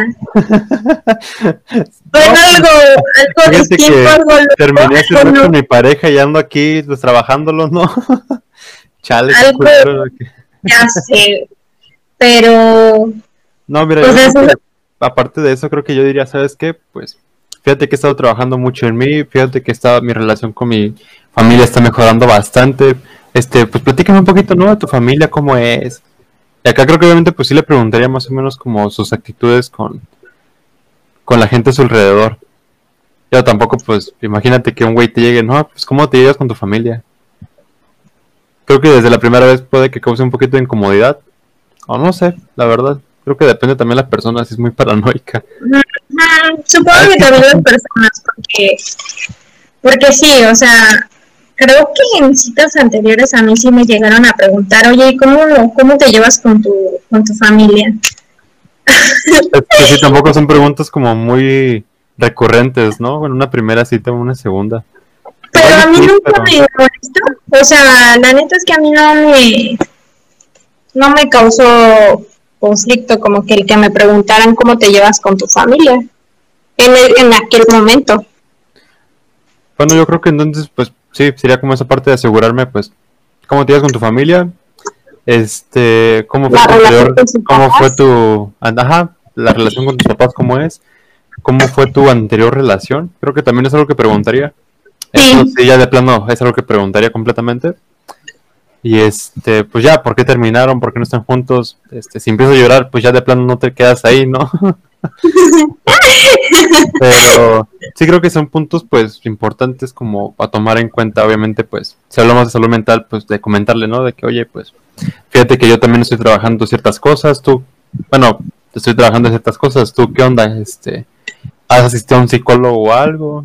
bueno, no, algo, algo distinto, algo loco.
Terminé hace rato con mi pareja y ando aquí pues, trabajándolo, ¿no? Chale,
algo, culero, ya sé, pero...
No, mira, pues yo eso... que, aparte de eso, creo que yo diría, ¿sabes qué? Pues, fíjate que he estado trabajando mucho en mí, fíjate que está, mi relación con mi familia está mejorando bastante, este, pues platícame un poquito, ¿no? De tu familia, ¿cómo es? Y acá creo que obviamente pues sí le preguntaría más o menos como sus actitudes con, con la gente a su alrededor. Yo tampoco, pues, imagínate que un güey te llegue, no, pues, ¿cómo te llevas con tu familia? Creo que desde la primera vez puede que cause un poquito de incomodidad. O no sé, la verdad. Creo que depende también de la persona, si es muy paranoica.
Uh-huh. Supongo Ay, que también las personas, porque, porque sí, o sea, creo que en citas anteriores a mí sí me llegaron a preguntar, oye, ¿cómo, cómo te llevas con tu, con tu familia?
Es que sí, tampoco son preguntas como muy recurrentes, ¿no? En una primera cita o una segunda.
Pero Igual a mí sí, nunca pero... me dio esto. O sea, la neta es que a mí no me, no me causó conflicto como que el que me preguntaran cómo te llevas con tu familia en, el, en aquel momento.
Bueno, yo creo que entonces, pues sí, sería como esa parte de asegurarme, pues, cómo te llevas con tu familia, este, cómo fue la tu anterior, cómo fue tu, ajá, la relación con tus papás, cómo es, cómo fue tu anterior relación, creo que también es algo que preguntaría. Sí. Eso sí, ya de plano es algo que preguntaría completamente. Y este, pues ya, ¿por qué terminaron? ¿Por qué no están juntos? Este, si empiezo a llorar, pues ya de plano no te quedas ahí, ¿no? Pero sí creo que son puntos pues importantes como a tomar en cuenta. Obviamente pues si hablamos de salud mental, pues de comentarle, ¿no? De que oye, pues fíjate que yo también estoy trabajando ciertas cosas, tú, bueno, estoy trabajando en ciertas cosas, tú qué onda, este, ¿has asistido a un psicólogo o algo?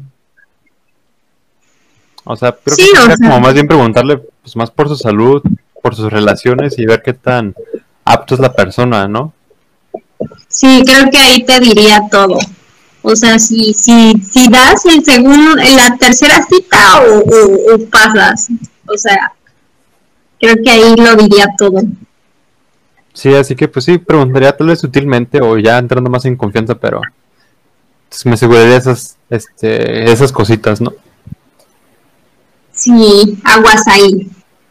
O sea, creo
Sí,
que
o
sería
sea,
como más bien preguntarle pues más por su salud, por sus relaciones y ver qué tan apto es la persona, ¿no?
sí, creo que ahí te diría todo. O sea, si, si, si das el segundo, la tercera cita o, o, o pasas. O sea, creo que ahí lo diría todo.
Sí, así que pues sí, preguntaría tal vez sutilmente o ya entrando más en confianza, pero pues, me aseguraría esas, este, esas cositas, ¿no?
Sí, aguas ahí.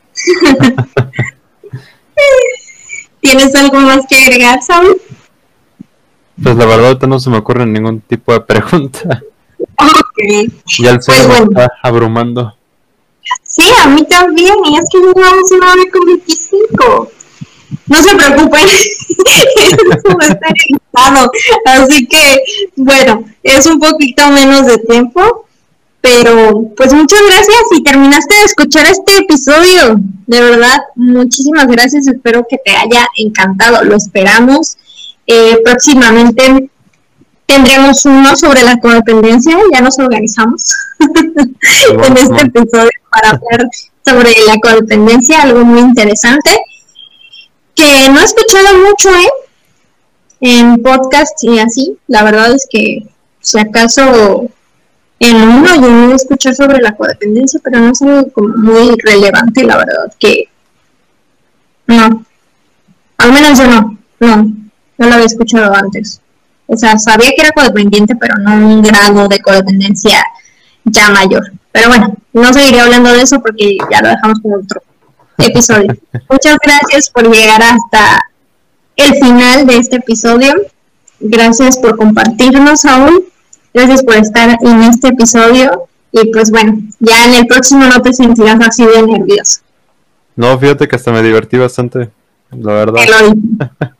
¿Tienes algo más que agregar, Saúl?
Pues la verdad ahorita no se me ocurre ningún tipo de pregunta.
Ok.
Ya el sueño
Pues
me
bueno.
está abrumando.
Sí, a mí también. Y es que llevamos una hora con veinticinco. No se preocupen, eso va a estar editado. Así que, bueno, es un poquito menos de tiempo. Pero, pues muchas gracias y terminaste de escuchar este episodio. De verdad, muchísimas gracias. Espero que te haya encantado. Lo esperamos. Eh, próximamente tendremos uno sobre la codependencia. Ya nos organizamos en este episodio para hablar sobre la codependencia, algo muy interesante que no he escuchado mucho ¿eh? en podcast y así. La verdad es que si acaso en uno yo no escuché sobre la codependencia, pero no es algo como muy relevante, la verdad, que no, al menos yo no, no, no lo había escuchado antes. O sea, sabía que era codependiente, pero no un grado de codependencia ya mayor. Pero bueno, no seguiré hablando de eso porque ya lo dejamos con otro episodio. Muchas gracias por llegar hasta el final de este episodio. Gracias por compartirnos, Saúl. Gracias por estar en este episodio. Y pues bueno, ya en el próximo no te sentirás así de nervioso.
No, fíjate que hasta me divertí bastante, la verdad.
Te lo dije.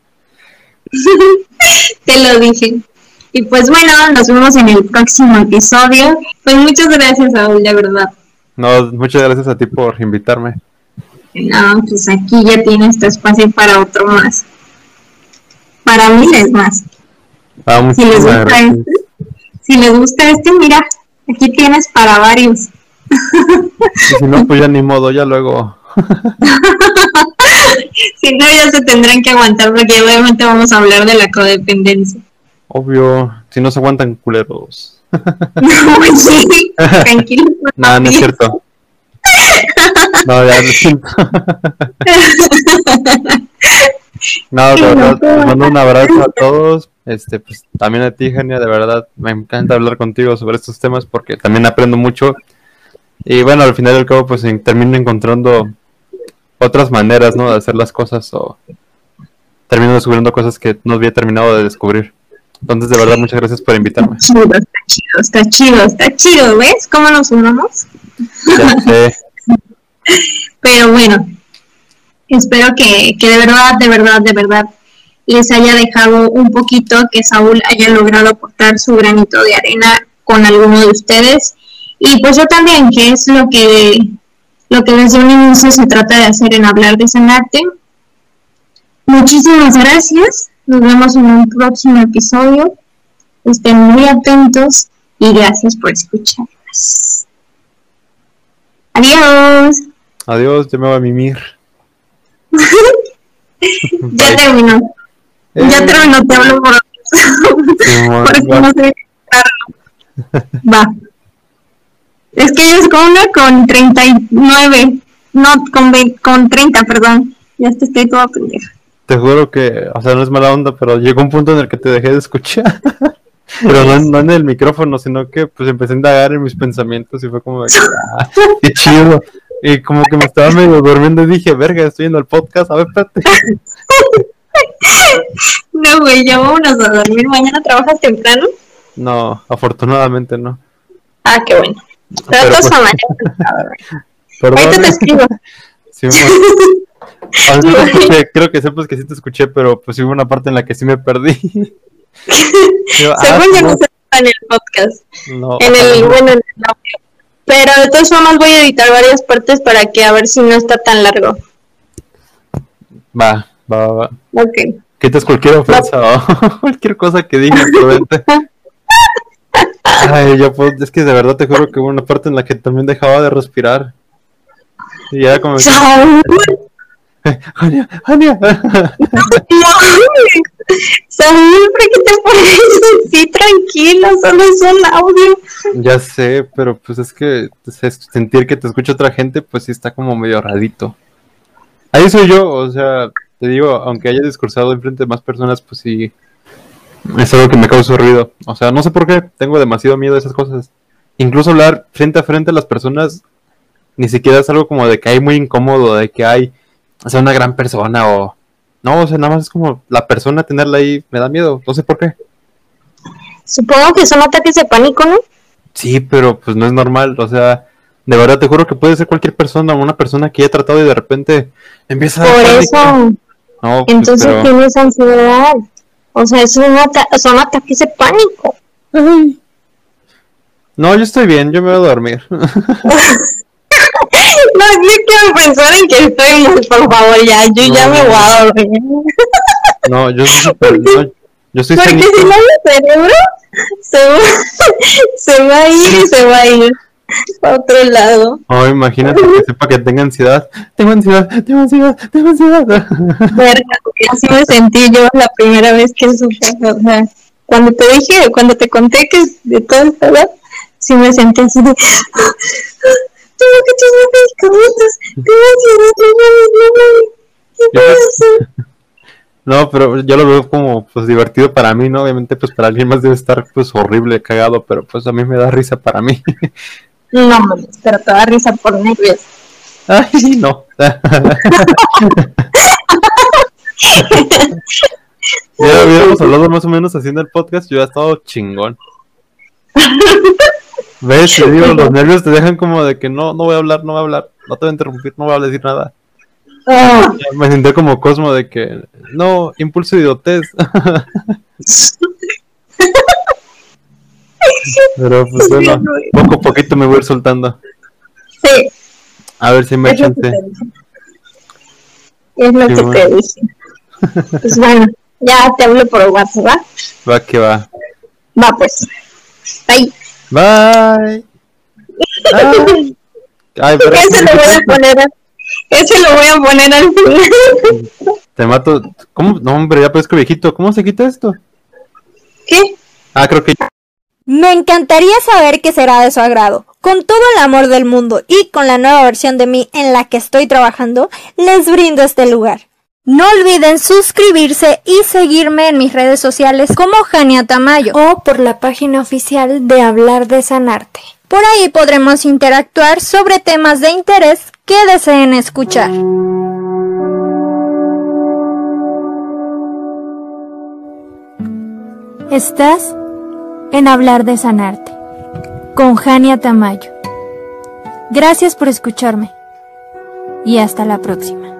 Te lo dije. Y pues bueno, nos vemos en el próximo episodio. Pues muchas gracias, Saúl, de verdad.
No, muchas gracias a ti por invitarme.
No, pues aquí ya tienes tu espacio para otro más. Para miles más.
Ah,
si les gusta
gracias.
este, si les gusta este, mira, aquí tienes para varios.
Y si no, pues ya ni modo, ya luego.
Si no, ya se tendrán que aguantar porque obviamente vamos a hablar de la codependencia.
Obvio, si no se aguantan culeros.
No, sí, tranquilo.
No, no es cierto. No, ya lo siento. No, de verdad, les mando un abrazo a todos. Este, pues también a ti, Genia, de verdad, me encanta hablar contigo sobre estos temas porque también aprendo mucho. Y bueno, al final y al cabo, pues termino encontrando otras maneras, ¿no? De hacer las cosas o termino descubriendo cosas que no había terminado de descubrir. Entonces, de verdad, muchas gracias por invitarme.
Chido, está chido, está chido, está chido, ¿ves? ¿Cómo nos sumamos?
Ya sé.
Pero bueno, espero que, que de verdad, de verdad, de verdad les haya dejado un poquito, que Saúl haya logrado aportar su granito de arena con alguno de ustedes. Y pues yo también, que es lo que, lo que desde un inicio se trata de hacer en Hablar de Sanarte. Muchísimas gracias. Nos vemos en un próximo episodio. Estén muy atentos y gracias por escucharnos. Adiós.
Adiós, yo me voy a mimir.
Ya terminó.
Eh.
Ya terminó, te hablo por
Sí, bueno,
porque
va.
no sé explicarlo. Va. Es que es con una con treinta y nueve, no, con, veinte, con treinta, perdón. Ya te estoy toda pendeja.
Te juro que, o sea, no es mala onda, pero llegó un punto en el que te dejé de escuchar. Pero no, no en el micrófono, sino que pues empecé a indagar en mis pensamientos y fue como de que, ah, qué chido. Y como que me estaba medio durmiendo y dije, verga, estoy yendo al podcast, a ver, espérate.
No, güey, ya vámonos a dormir. ¿Mañana trabajas temprano?
No, afortunadamente no.
Ah, qué bueno. Pero
Pero,
todos
pues,
a mañana.
perdón.
Ahorita te escribo.
Sí, bueno. A veces te escuché, creo que sepas que sí te escuché, pero pues hubo una parte en la que sí me perdí. Yo, ah,
Según yo
no,
no se está en el podcast.
no,
En el,
ojalá.
bueno, en el audio. Pero de todas formas voy a editar varias partes para que a ver si no está tan largo.
Va, va, va.
Ok.
Quitas cualquier ofensa o cualquier cosa que diga, prudente. Ay, yo pues, es que de verdad te juro que hubo una parte en la que también dejaba de respirar. Y era como que,
Saúl,
Jania, Jania.
Saúl, ¿por qué te pones así tranquilo? Solo es un audio.
Ya sé, pero pues es que pues, es- sentir que te escucha otra gente, pues sí está como medio rarito. Ahí soy yo, o sea, te digo, aunque haya discursado enfrente de más personas, pues sí, es algo que me causa ruido. O sea, no sé por qué, tengo demasiado miedo a esas cosas. Incluso hablar frente a frente a las personas, ni siquiera es algo como de que hay muy incómodo, de que hay, o sea, una gran persona o... No, o sea, nada más es como la persona tenerla ahí, me da miedo, no sé por qué.
Supongo que son ataques de pánico, ¿no?
Sí, pero pues no es normal, o sea, de verdad te juro que puede ser cualquier persona, una persona que ya he tratado y de repente empieza a dar
Por
pánico.
eso,
No, pues,
entonces
pero...
tienes ansiedad. O sea, es un ata- son ataques de pánico.
No, yo estoy bien, yo me voy a dormir.
No, no quiero pensar en que estoy mal, por favor, ya. Yo
No,
ya me
no,
voy a dormir.
no, yo soy súper... no, yo estoy
Porque
sanito.
si no, mi cerebro se va, se va a ir y se va a ir a otro lado.
Oh, imagínate que sepa que tenga ansiedad. Tengo ansiedad, tengo ansiedad, tengo ansiedad.
Verga, güey, así me sentí yo la primera vez que supe. O sea, cuando te dije, cuando te conté que de toda esta edad, sí me sentí así de... Tengo que tomar medicamentos, tengo ansiedad, no mames, no mames, ¿qué puedo hacer?
No, pero yo lo veo como pues divertido para mí, ¿no? Obviamente pues para alguien más debe estar pues horrible, cagado, pero pues a mí me da risa para mí.
No mames, pero te da risa por nervios.
Ay, no. Ya hubiéramos hablado más o menos haciendo el podcast, yo ya he estado chingón. ¿Ves? Te digo, los nervios te dejan como de que no, no voy a hablar, no voy a hablar, no te voy a interrumpir, no voy a decir nada.
Ah.
Ya me sentí como Cosmo de que, no, impulso de idiotez. Pero pues bueno, poco a poquito me voy a ir soltando.
Sí,
A ver si me
es lo
chance.
que te dije. Es lo
Sí,
que
bueno.
te dije. Pues bueno, ya te hablo por WhatsApp, ¿va?
Va que va.
Va pues. Bye.
Bye. Ay, Ay, pero
Ese lo voy a poner a- ese lo voy a poner al final.
te mato. ¿Cómo? No, hombre, ya parezco viejito. ¿Cómo se quita esto?
¿Qué?
Ah, creo que
Me encantaría saber qué será de su agrado. Con todo el amor del mundo y con la nueva versión de mí en la que estoy trabajando, les brindo este lugar. No olviden suscribirse y seguirme en mis redes sociales como Jania Tamayo o por la página oficial de Hablar de Sanarte. Por ahí podremos interactuar sobre temas de interés que deseen escuchar. Estás en Hablar de Sanarte con Jania Tamayo. Gracias por escucharme y hasta la próxima.